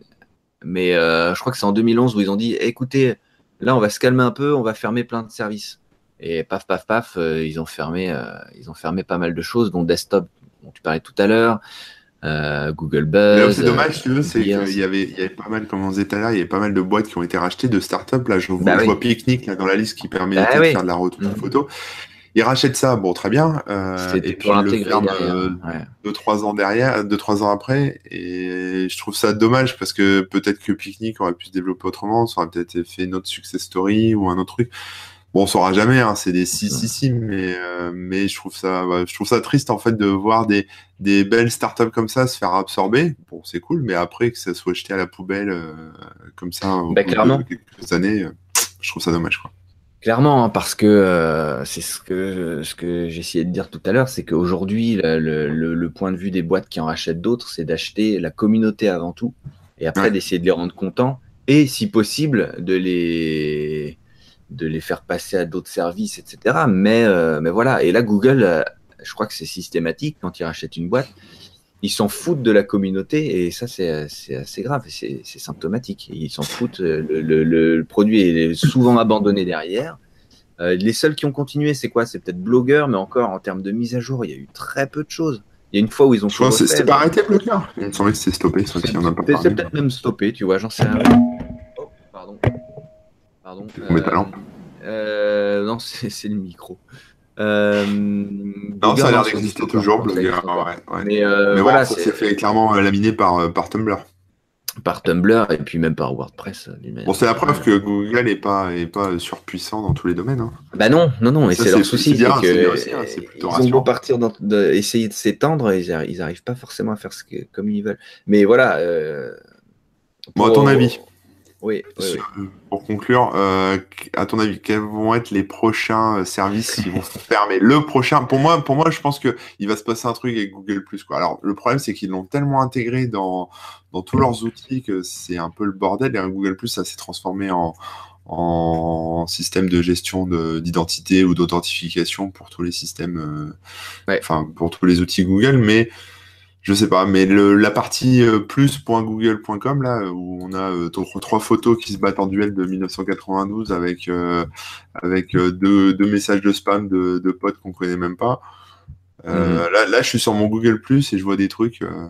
mais euh, je crois que c'est en deux mille onze où ils ont dit, écoutez, là, on va se calmer un peu, on va fermer plein de services. Et paf, paf, paf, euh, ils ont fermé, euh, ils ont fermé pas mal de choses, dont Desktop, dont tu parlais tout à l'heure, euh, Google Et là où Buzz, c'est euh, dommage, si tu veux, c'est qu'il Gears. y avait, il y avait pas mal, comme on disait tout à l'heure, il y avait pas mal de boîtes qui ont été rachetées, de startups. Là, je vois, Bah je oui, vois Picnic là, dans la liste qui bah permettait de faire oui. de la retouche Mhm. photo. Ils rachètent ça, bon, très bien, euh, C'était et pour puis ils le l'intégrer ferment derrière. euh, Ouais. deux, trois ans derrière, deux, trois ans après. Et je trouve ça dommage parce que peut-être que Picnic aurait pu se développer autrement, ça aurait peut-être fait une autre success story ou un autre truc. Bon, on saura jamais, hein, c'est des si, si, si, mais, euh, mais je trouve ça, ouais, je trouve ça triste, en fait, de voir des, des belles startups comme ça se faire absorber. Bon, c'est cool, mais après, que ça soit jeté à la poubelle, euh, comme ça, au Bah bout de clairement. quelques années, euh, je trouve ça dommage, quoi. Clairement, hein, parce que euh, c'est ce que ce que j'essayais de dire tout à l'heure, c'est qu'aujourd'hui, le, le, le- le point de vue des boîtes qui en rachètent d'autres, c'est d'acheter la communauté avant tout, et après Ouais. d'essayer de les rendre contents, et si possible, de les de les faire passer à d'autres services, et cetera. Mais euh, mais voilà. Et là, Google, euh, je crois que c'est systématique quand ils rachètent une boîte, ils s'en foutent de la communauté, et ça, c'est c'est assez grave, et c'est c'est symptomatique. Ils s'en foutent. euh, Le, le, le- le produit est souvent abandonné derrière. Euh, les seuls qui ont continué, c'est quoi? C'est peut-être Blogueur, mais encore en termes de mise à jour, il y a eu très peu de choses. Il y a une fois où ils ont Je tout pense que refait, c'est pas mais arrêté, Bloqueur. Il me semblait que c'était stoppé, sauf c'est si on n'a pas c'est- c'est parlé. peut-être même stoppé, tu vois, j'en sais rien. Oh, pardon. Pardon. T'es tombé ta Euh, lampe. euh, non, c'est c'est le micro. Euh, Non, ça Blogueur, a non, l'air ça existe d'exister encore. Je toujours, crois que ça Blogueur, existe encore. ouais, ouais. Mais euh, Mais bon, voilà, ça s'est c'est fait clairement euh, laminer par, euh, par Tumblr. par Tumblr et puis même par WordPress. Bon, c'est la preuve que Google n'est pas, est pas surpuissant dans tous les domaines. Hein. Bah non, non, non, et ça, c'est leur souci, c'est, c'est que aussi, hein, c'est ils ont beau partir dans, de, essayer de s'étendre, ils n'arrivent pas forcément à faire ce que, comme ils veulent. Mais voilà. Euh, bon, à ton avis, oui, oui, sur, oui. pour conclure, euh, à ton avis, quels vont être les prochains services qui vont se fermer? Le prochain, pour moi, pour moi, je pense que il va se passer un truc avec Google Plus, quoi. Alors, le problème, c'est qu'ils l'ont tellement intégré dans dans tous leurs outils que c'est un peu le bordel. Et Google Plus, ça s'est transformé en en système de gestion de, d'identité ou d'authentification pour tous les systèmes, euh, ouais. enfin pour tous les outils Google, mais je sais pas, mais le, la partie euh, plus point google point com là où on a euh, trois photos qui se battent en duel de mille neuf cent quatre-vingt-douze avec euh, avec euh, deux, deux messages de spam de, de potes qu'on connaît même pas. Euh, mm-hmm. Là, là, je suis sur mon Google Plus et je vois des trucs. Euh,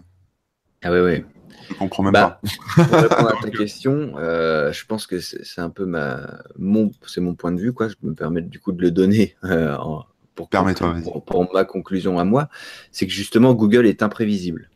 ah ouais, ouais. Je comprends même bah, pas. Pour répondre à ta question, euh, je pense que c'est, c'est un peu ma mon c'est mon point de vue, quoi. Je peux me permettre du coup de le donner euh, en, pour, Permets-toi, pour, pour ma conclusion à moi, c'est que justement Google est imprévisible.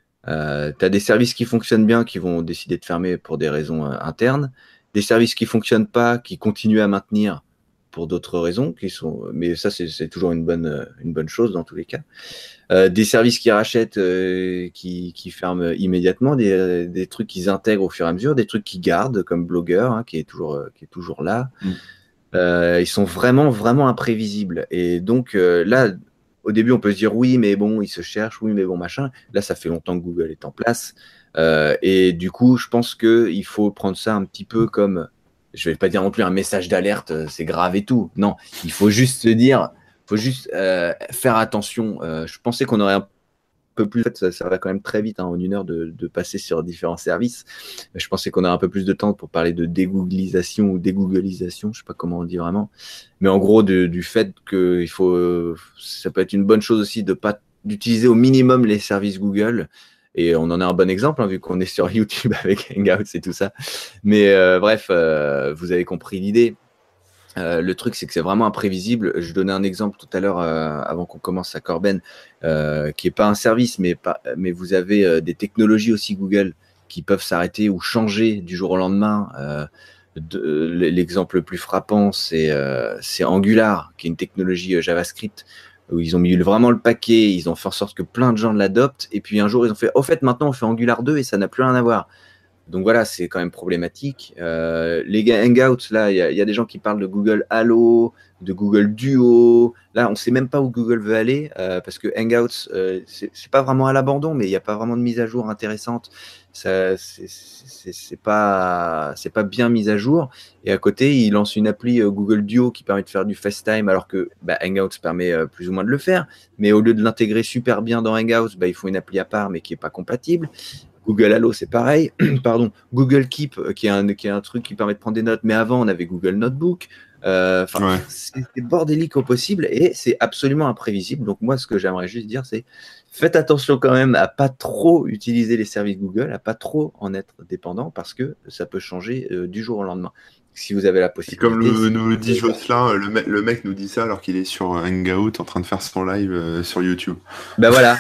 Euh, tu as des services qui fonctionnent bien, qui vont décider de fermer pour des raisons euh, internes, des services qui fonctionnent pas, qui continuent à maintenir pour d'autres raisons, qui sont, mais ça c'est, c'est toujours une bonne une bonne chose dans tous les cas. Euh, des services qui rachètent, euh, qui, qui ferment immédiatement, des, des trucs qu'ils intègrent au fur et à mesure, des trucs qu'ils gardent comme Blogger, hein, qui est toujours euh, qui est toujours là. Mm. Euh, ils sont vraiment vraiment imprévisibles. Et donc euh, là, au début, on peut se dire oui, mais bon, ils se cherchent, oui, mais bon, machin. Là, ça fait longtemps que Google est en place, euh, et du coup, je pense que il faut prendre ça un petit peu comme, je vais pas dire non plus un message d'alerte, c'est grave et tout. Non, il faut juste se dire. Faut juste euh, faire attention. Euh, je pensais qu'on aurait un peu plus. En fait, ça, ça va quand même très vite, hein, en une heure de, de passer sur différents services. Je pensais qu'on aurait un peu plus de temps pour parler de dégooglisation ou dégooglisation. Je sais pas comment on dit vraiment, mais en gros de, du fait que il faut. Euh, ça peut être une bonne chose aussi de pas d'utiliser au minimum les services Google. Et on en a un bon exemple, hein, vu qu'on est sur YouTube avec Hangouts et tout ça. Mais euh, bref, euh, vous avez compris l'idée. Euh, le truc, c'est que c'est vraiment imprévisible. Je donnais un exemple tout à l'heure, euh, avant qu'on commence à Corben, euh, qui est pas un service, mais, pas, mais vous avez euh, des technologies aussi Google qui peuvent s'arrêter ou changer du jour au lendemain. Euh, de, l'exemple le plus frappant, c'est, euh, c'est Angular, qui est une technologie euh, JavaScript, où ils ont mis vraiment le paquet, ils ont fait en sorte que plein de gens l'adoptent, et puis un jour, ils ont fait « Au fait, maintenant, on fait Angular deux et ça n'a plus rien à voir ». Donc voilà, c'est quand même problématique. Euh, les Hangouts, là, il y, y a des gens qui parlent de Google Halo, de Google Duo. Là, on ne sait même pas où Google veut aller, euh, parce que Hangouts, euh, c'est, c'est pas vraiment à l'abandon, mais il n'y a pas vraiment de mise à jour intéressante. Ça, c'est, c'est, c'est pas, c'est pas bien mis à jour. Et à côté, ils lancent une appli euh, Google Duo qui permet de faire du FaceTime, alors que bah, Hangouts permet euh, plus ou moins de le faire. Mais au lieu de l'intégrer super bien dans Hangouts, bah, ils font une appli à part, mais qui n'est pas compatible. Google Halo, c'est pareil. Pardon. Google Keep, qui est, un, qui est un truc qui permet de prendre des notes. Mais avant, on avait Google Notebook. Euh, ouais. C'est bordélique au possible et c'est absolument imprévisible. Donc moi, ce que j'aimerais juste dire, c'est faites attention quand même à pas trop utiliser les services Google, à pas trop en être dépendant, parce que ça peut changer euh, du jour au lendemain. Si vous avez la possibilité. Et comme le, nous le dit Jocelyn, le, me, le mec nous dit ça alors qu'il est sur Hangout en train de faire son live euh, sur YouTube. Ben voilà.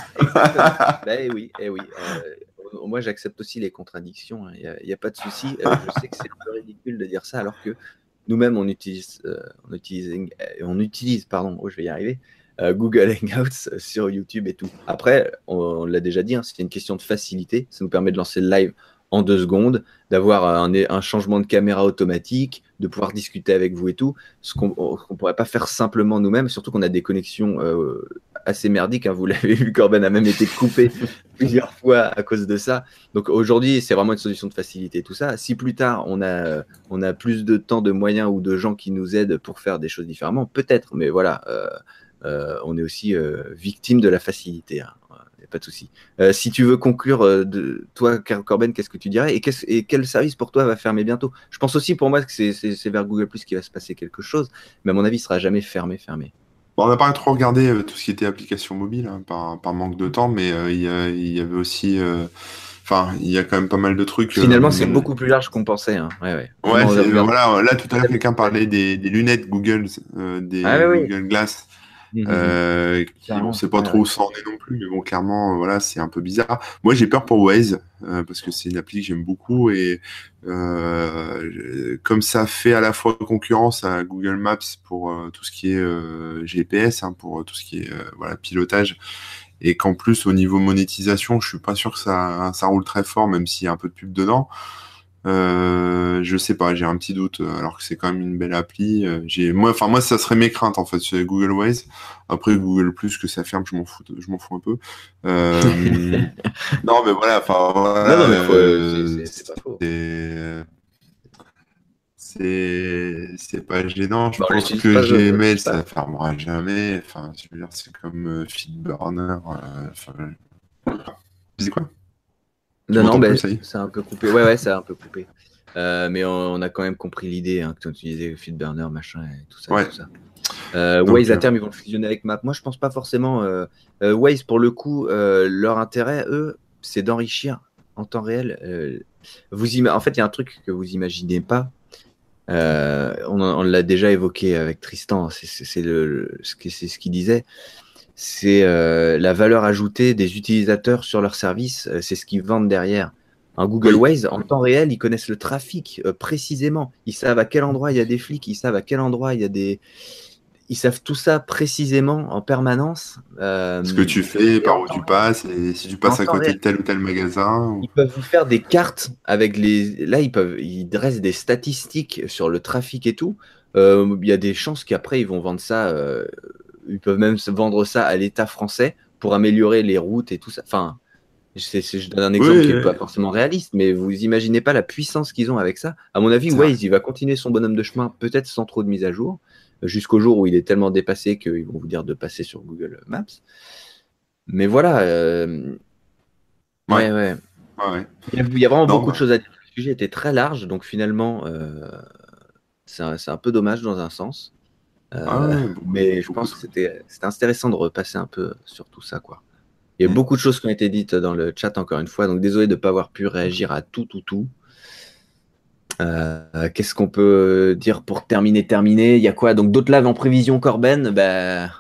Ben eh oui, eh oui. Euh, moi, j'accepte aussi les contradictions. Il hein. n'y a, a pas de souci. Euh, je sais que c'est un peu ridicule de dire ça, alors que nous-mêmes, on utilise, euh, on utilise, on utilise, pardon, oh, je vais y arriver, euh, Google Hangouts sur YouTube et tout. Après, on, on l'a déjà dit, hein, c'est une question de facilité. Ça nous permet de lancer le live en deux secondes, d'avoir un, un changement de caméra automatique, de pouvoir discuter avec vous et tout, ce qu'on ne pourrait pas faire simplement nous-mêmes, surtout qu'on a des connexions euh, assez merdiques. Hein, vous l'avez vu, Corben a même été coupé plusieurs fois à cause de ça. Donc aujourd'hui, c'est vraiment une solution de facilité, tout ça. Si plus tard, on a, on a plus de temps, de moyens ou de gens qui nous aident pour faire des choses différemment, peut-être, mais voilà, euh, euh, on est aussi euh, victime de la facilité. Hein. Pas de souci. Euh, si tu veux conclure, euh, de toi, Corben, qu'est-ce que tu dirais et, qu'est-ce, et quel service pour toi va fermer bientôt? Je pense aussi pour moi que c'est, c'est, c'est vers Google Plus qu'il va se passer quelque chose, mais à mon avis, il ne sera jamais fermé, fermé. Bon, on n'a pas trop regardé euh, tout ce qui était application mobile hein, par, par manque de temps, mais euh, il, y a, il y avait aussi... Enfin, euh, il y a quand même pas mal de trucs. Finalement, euh, c'est mais... beaucoup plus large qu'on pensait. Hein. Ouais, ouais. ouais c'est, voilà, là, tout à l'heure, quelqu'un parlait des, des lunettes Google, euh, des ah, oui, Google oui. Glass. Mmh, mmh, mmh. Euh, qui, Carrément. on sait pas Ouais, trop ouais. où ça en est non plus, mais bon, clairement, euh, voilà, c'est un peu bizarre. Moi, j'ai peur pour Waze, euh, parce que c'est une appli que j'aime beaucoup, et euh, je- comme ça fait à la fois concurrence à Google Maps pour euh, tout ce qui est euh, G P S, hein, pour tout ce qui est euh, voilà, pilotage, et qu'en plus, au niveau monétisation, je suis pas sûr que ça, ça roule très fort, même s'il y a un peu de pub dedans. Euh, je sais pas, j'ai un petit doute, euh, alors que c'est quand même une belle appli. Euh, j'ai, moi, enfin moi, ça serait mes craintes en fait sur Google Waze. Après Google Plus que ça ferme, je m'en fous, je m'en fous un peu. Euh, non, mais voilà, enfin Non, voilà, non, mais faut, euh, c'est euh, c'est- c'est pas faux. c'est c'est c'est pas gênant. Je Bah, on pense l'utilise que pas, je- on Gmail, l'utilise ça pas. fermera jamais. Enfin, je veux dire, c'est comme euh, Feedburner. Euh, enfin, tu dis quoi? Tu Non, non, m'entends plus, ben, ça y est? c'est un peu coupé. Ouais, ouais, c'est un peu coupé. Euh, mais on, on a quand même compris l'idée, hein, que tu utilisais Feedburner, machin, et tout ça, et Ouais. tout ça. Euh, Donc, Waze, à euh, terme, ils vont le fusionner avec Map. Moi, je pense pas forcément. Euh, euh, Waze, pour le coup, euh, leur intérêt, eux, c'est d'enrichir en temps réel. Euh, vous ima- En fait, il y a un truc que vous imaginez pas. Euh, on en- on l'a déjà évoqué avec Tristan. C'est c'est- c'est le, le- ce qui- c'est ce qu'il disait. C'est euh, la valeur ajoutée des utilisateurs sur leur service. euh, C'est ce qu'ils vendent derrière. Un Google oui. Waze, en temps réel, ils connaissent le trafic euh, précisément. Ils savent à quel endroit il y a des flics. Ils savent à quel endroit il y a des ils savent tout ça précisément en permanence. Ce que euh, tu fais, et en par où temps tu réel. passes, et si tu En passes à temps côté réel. de tel ou tel magasin. ou- Ils peuvent vous faire des cartes avec les. Là, ils peuvent, ils dressent des statistiques sur le trafic et tout. Euh, Il y a des chances qu'après ils vont vendre ça. euh, Ils peuvent même se vendre ça à l'État français pour améliorer les routes et tout ça. Enfin, c'est- c'est- je donne un Oui, exemple qui oui, n'est pas oui. forcément réaliste, mais vous imaginez pas la puissance qu'ils ont avec ça. À mon avis, C'est vrai. Waze, il va continuer son bonhomme de chemin, peut-être sans trop de mise à jour, jusqu'au jour où il est tellement dépassé qu'ils vont vous dire de passer sur Google Maps. Mais voilà, euh, Ouais, ouais, ouais. ouais, ouais. Il y, a, il y a vraiment Non, beaucoup de bah, choses à dire. Le sujet était très large, donc finalement, euh, c'est un, c'est un peu dommage dans un sens. ah Euh, ouais, beaucoup, de- mais je beaucoup pense de que trucs. c'était c'était intéressant de repasser un peu sur tout ça, quoi. Il y a Mm. beaucoup de choses qui ont été dites dans le chat, encore une fois, donc désolé de ne pas avoir pu réagir à tout, tout, tout. Euh, Qu'est-ce qu'on peut dire pour terminer, terminer? Il y a quoi? Donc d'autres lives en prévision, Corben? Ben,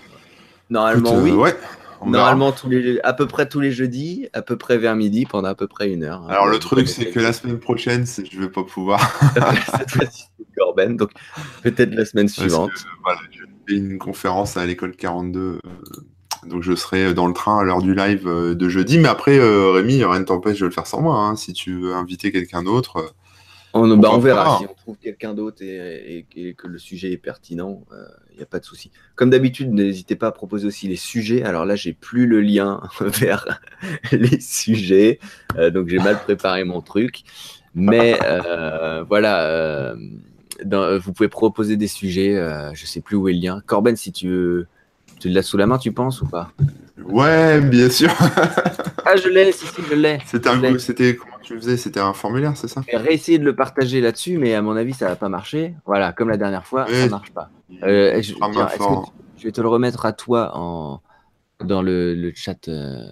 Écoute, normalement, euh, oui. ouais, on verra. Normalement, tous les, à peu près tous les jeudis, à peu près vers midi, pendant à peu près une heure, hein. Alors, Vous, le vous truc, c'est que connaissez. la semaine prochaine, c'est- je vais pas pouvoir. Cette fois-ci, c'est Corben, donc peut-être la semaine Parce que, suivante. voilà, je fais une conférence à l'école quarante-deux. euh, donc, je serai dans le train à l'heure du live euh, de jeudi. Mais après, euh, Rémi, rien ne t'empêche de le faire sans moi, hein. Si tu veux inviter quelqu'un d'autre, euh, On, bah, on pourquoi verra. pas. Si on trouve quelqu'un d'autre et, et- et que le sujet est pertinent, il n'y a pas de souci. Comme d'habitude, n'hésitez pas à proposer aussi les sujets. Alors là, j'ai plus le lien vers les sujets, euh, donc j'ai mal préparé mon truc. Mais euh, voilà, euh, dans- vous pouvez proposer des sujets. Euh, je sais plus où est le lien. Corben, si tu veux, tu l'as sous la main, tu penses ou pas? Ouais, bien sûr. Ah, je l'ai, si, si, je l'ai. C'était Je un, l'ai. go- c'était, comment tu faisais? C'était un formulaire, c'est ça? J'ai réessayé de le partager là-dessus, mais à mon avis, ça va pas marcher. Voilà, comme la dernière fois, ça Ouais, marche pas. il Euh, il je, fera main tiens, est-ce que fort. tu- je vais te le remettre à toi en, dans le, le chat euh,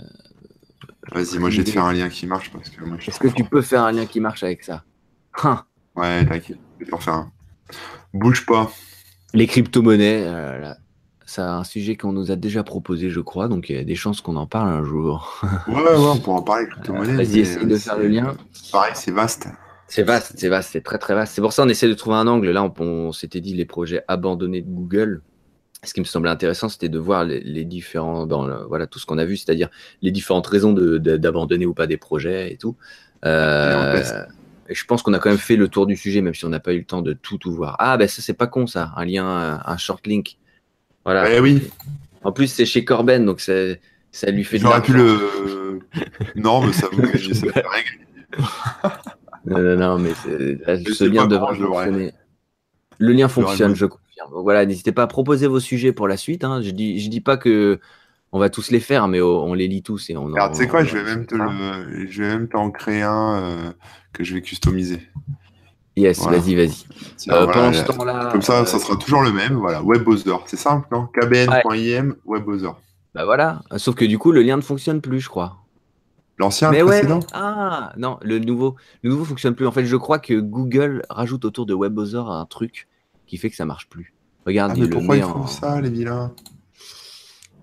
Vas-y, moi je vais te faire privé. un lien qui marche parce que moi je suis Est-ce trop que tu fort. peux faire un lien qui marche avec ça? Hein, Ouais, t'inquiète, je vais t'en faire un. Bouge pas. les crypto-monnaies, euh, là, c'est un sujet qu'on nous a déjà proposé, je crois, donc il y a des chances qu'on en parle un jour. Ouais, ouais, on pourra en parler de crypto-monnaie, Vas-y, mais essaye euh, de faire le c'est lien. pareil, c'est vaste. C'est vaste, c'est vaste, c'est très très vaste. C'est pour ça qu'on essaie de trouver un angle. Là, on, on s'était dit les projets abandonnés de Google. Ce qui me semblait intéressant, c'était de voir les, les différents, dans le- voilà, tout ce qu'on a vu, c'est-à-dire les différentes raisons de- de- d'abandonner ou pas des projets et tout. Et en test. Euh, et je pense qu'on a quand même fait le tour du sujet, même si on n'a pas eu le temps de tout tout voir. Ah, ben ça, c'est pas con ça, un lien, un un short link. Voilà. Eh oui, En plus, c'est chez Corben, donc ça, ça lui fait de j'aurais pu l'argent. le. Non, mais ça me, Je ça me rigole. fait régler. Non, non, non, mais c'est- là, Je ce sais lien pas devrait comment je devrais. fonctionner. Le lien Je devrais fonctionne, le- je confirme. Donc voilà, n'hésitez pas à proposer vos sujets pour la suite, hein. Je dis, je dis pas que on va tous les faire, mais on, on les lit tous et on en, Regarde, tu sais on quoi, en je vais même te discutera. le, je vais même t'en créer un euh, que je vais customiser. Yes, Voilà. vas-y, vas-y. Tiens, Euh, voilà, pendant ce là. temps-là, Comme ça, euh, ça sera toujours le même. Voilà, WebBrowser. C'est simple, non? ouais, kbn.im, WebBrowser. bah voilà. Sauf que du coup, le lien ne fonctionne plus, je crois. L'ancien, le Mais ouais, précédent? ah non, le nouveau, le nouveau fonctionne plus. En fait, je crois que Google rajoute autour de WebBrowser un truc qui fait que ça marche plus. Regarde, Ah, il mais le pourquoi met ils font en. ça, les vilains?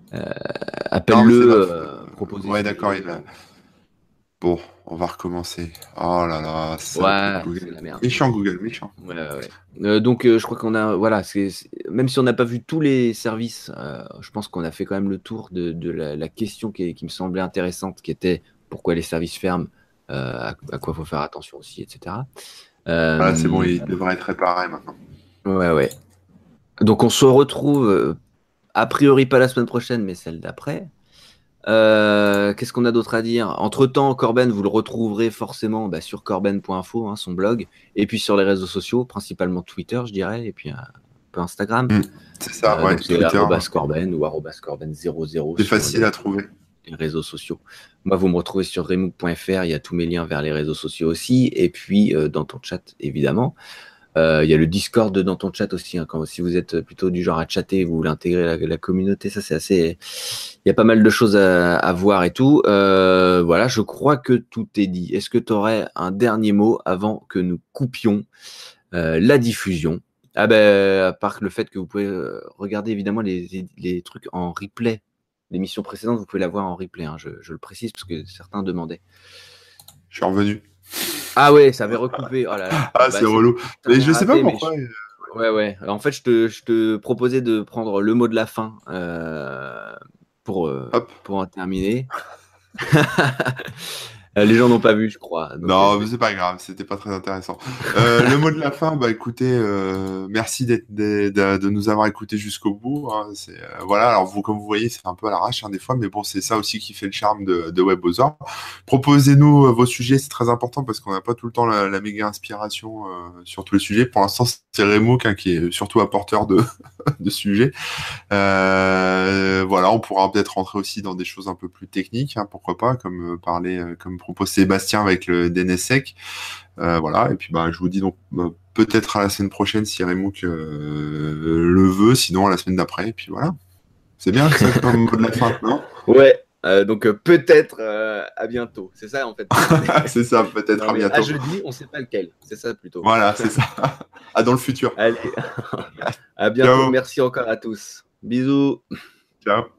Euh, appelle-le, non, euh, propose-lui. Ouais, d'accord. Il a... Bon, on va recommencer. Oh là là, saloperie de Ouais, c'est Google. la merde. Méchant Google, méchant. Ouais, ouais. Euh, donc, euh, je crois qu'on a, voilà, c'est, c'est- même si on n'a pas vu tous les services, euh, je pense qu'on a fait quand même le tour de, de la, la question qui, est- qui me semblait intéressante, qui était pourquoi les services ferment, euh, à, à quoi faut faire attention aussi, et cetera. Voilà, c'est bon, Euh, il devrait être réparé maintenant. ouais, ouais. Donc, on se retrouve, euh, a priori pas la semaine prochaine, mais celle d'après. Euh, qu'est-ce qu'on a d'autre à dire? Entre-temps, Corben, vous le retrouverez forcément bah, sur corben point info, hein, son blog, et puis sur les réseaux sociaux, principalement Twitter, je dirais, et puis un peu Instagram. Mm, c'est ça, Euh, ouais. donc c'est Twitter, arobase corben ou arobase corben zéro zéro c'est sur facile les, à trouver. les réseaux sociaux. Moi, vous me retrouvez sur remook point f r, il y a tous mes liens vers les réseaux sociaux aussi, et puis euh, dans ton chat, évidemment. Euh, il y a le Discord dans ton chat aussi, hein, quand, si vous êtes plutôt du genre à chatter, vous voulez intégrer la, la communauté, ça c'est assez... Il y a pas mal de choses à, à voir et tout. Euh, voilà, je crois que tout est dit. Est-ce que tu aurais un dernier mot avant que nous coupions euh, la diffusion? Ah ben, à part le fait que vous pouvez euh, regarder évidemment les, les, les trucs en replay. L'émission précédente, vous pouvez la voir en replay, hein, je, je le précise parce que certains demandaient. Je suis revenu. Ah ouais, ça avait recoupé. Oh là là. Ah, Bah, c'est relou. putain Mais de je sais pas raté, mais pourquoi. je- Ouais, ouais. En fait, je te, je te proposais de prendre le mot de la fin euh, pour, euh, Hop. pour en terminer. Les gens n'ont pas vu, je crois. Donc, euh, je Non, vais- mais c'est pas grave, c'était pas très intéressant. Euh, le mot de la fin, bah écoutez, euh, merci d'être, de, de- de nous avoir écoutés jusqu'au bout. Hein. C'est, euh, voilà, alors vous, comme vous voyez, c'est un peu à l'arrache hein, des fois, mais bon, c'est ça aussi qui fait le charme de, de WebOzor. Proposez-nous euh, vos sujets, c'est très important parce qu'on n'a pas tout le temps la, la méga inspiration euh, sur tous les sujets. Pour l'instant, c'est Remook hein, qui est surtout apporteur de, de sujets. Euh, voilà, on pourra peut-être rentrer aussi dans des choses un peu plus techniques, hein, pourquoi pas, comme euh, parler, euh, comme propose Sébastien avec le D N S S E C. Euh, voilà, et puis bah, je vous dis donc bah, peut-être à la semaine prochaine si Remook euh, le veut, sinon à la semaine d'après, et puis voilà. C'est bien ça comme mot de la fin, non? Ouais, euh, donc euh, peut-être euh, à bientôt. C'est ça en fait. C'est ça, peut-être Non, à mais bientôt. à jeudi, on sait pas lequel. C'est ça plutôt. Voilà, c'est ça. À dans le futur. Allez, à bientôt. Ciao. Merci encore à tous. Bisous. Ciao.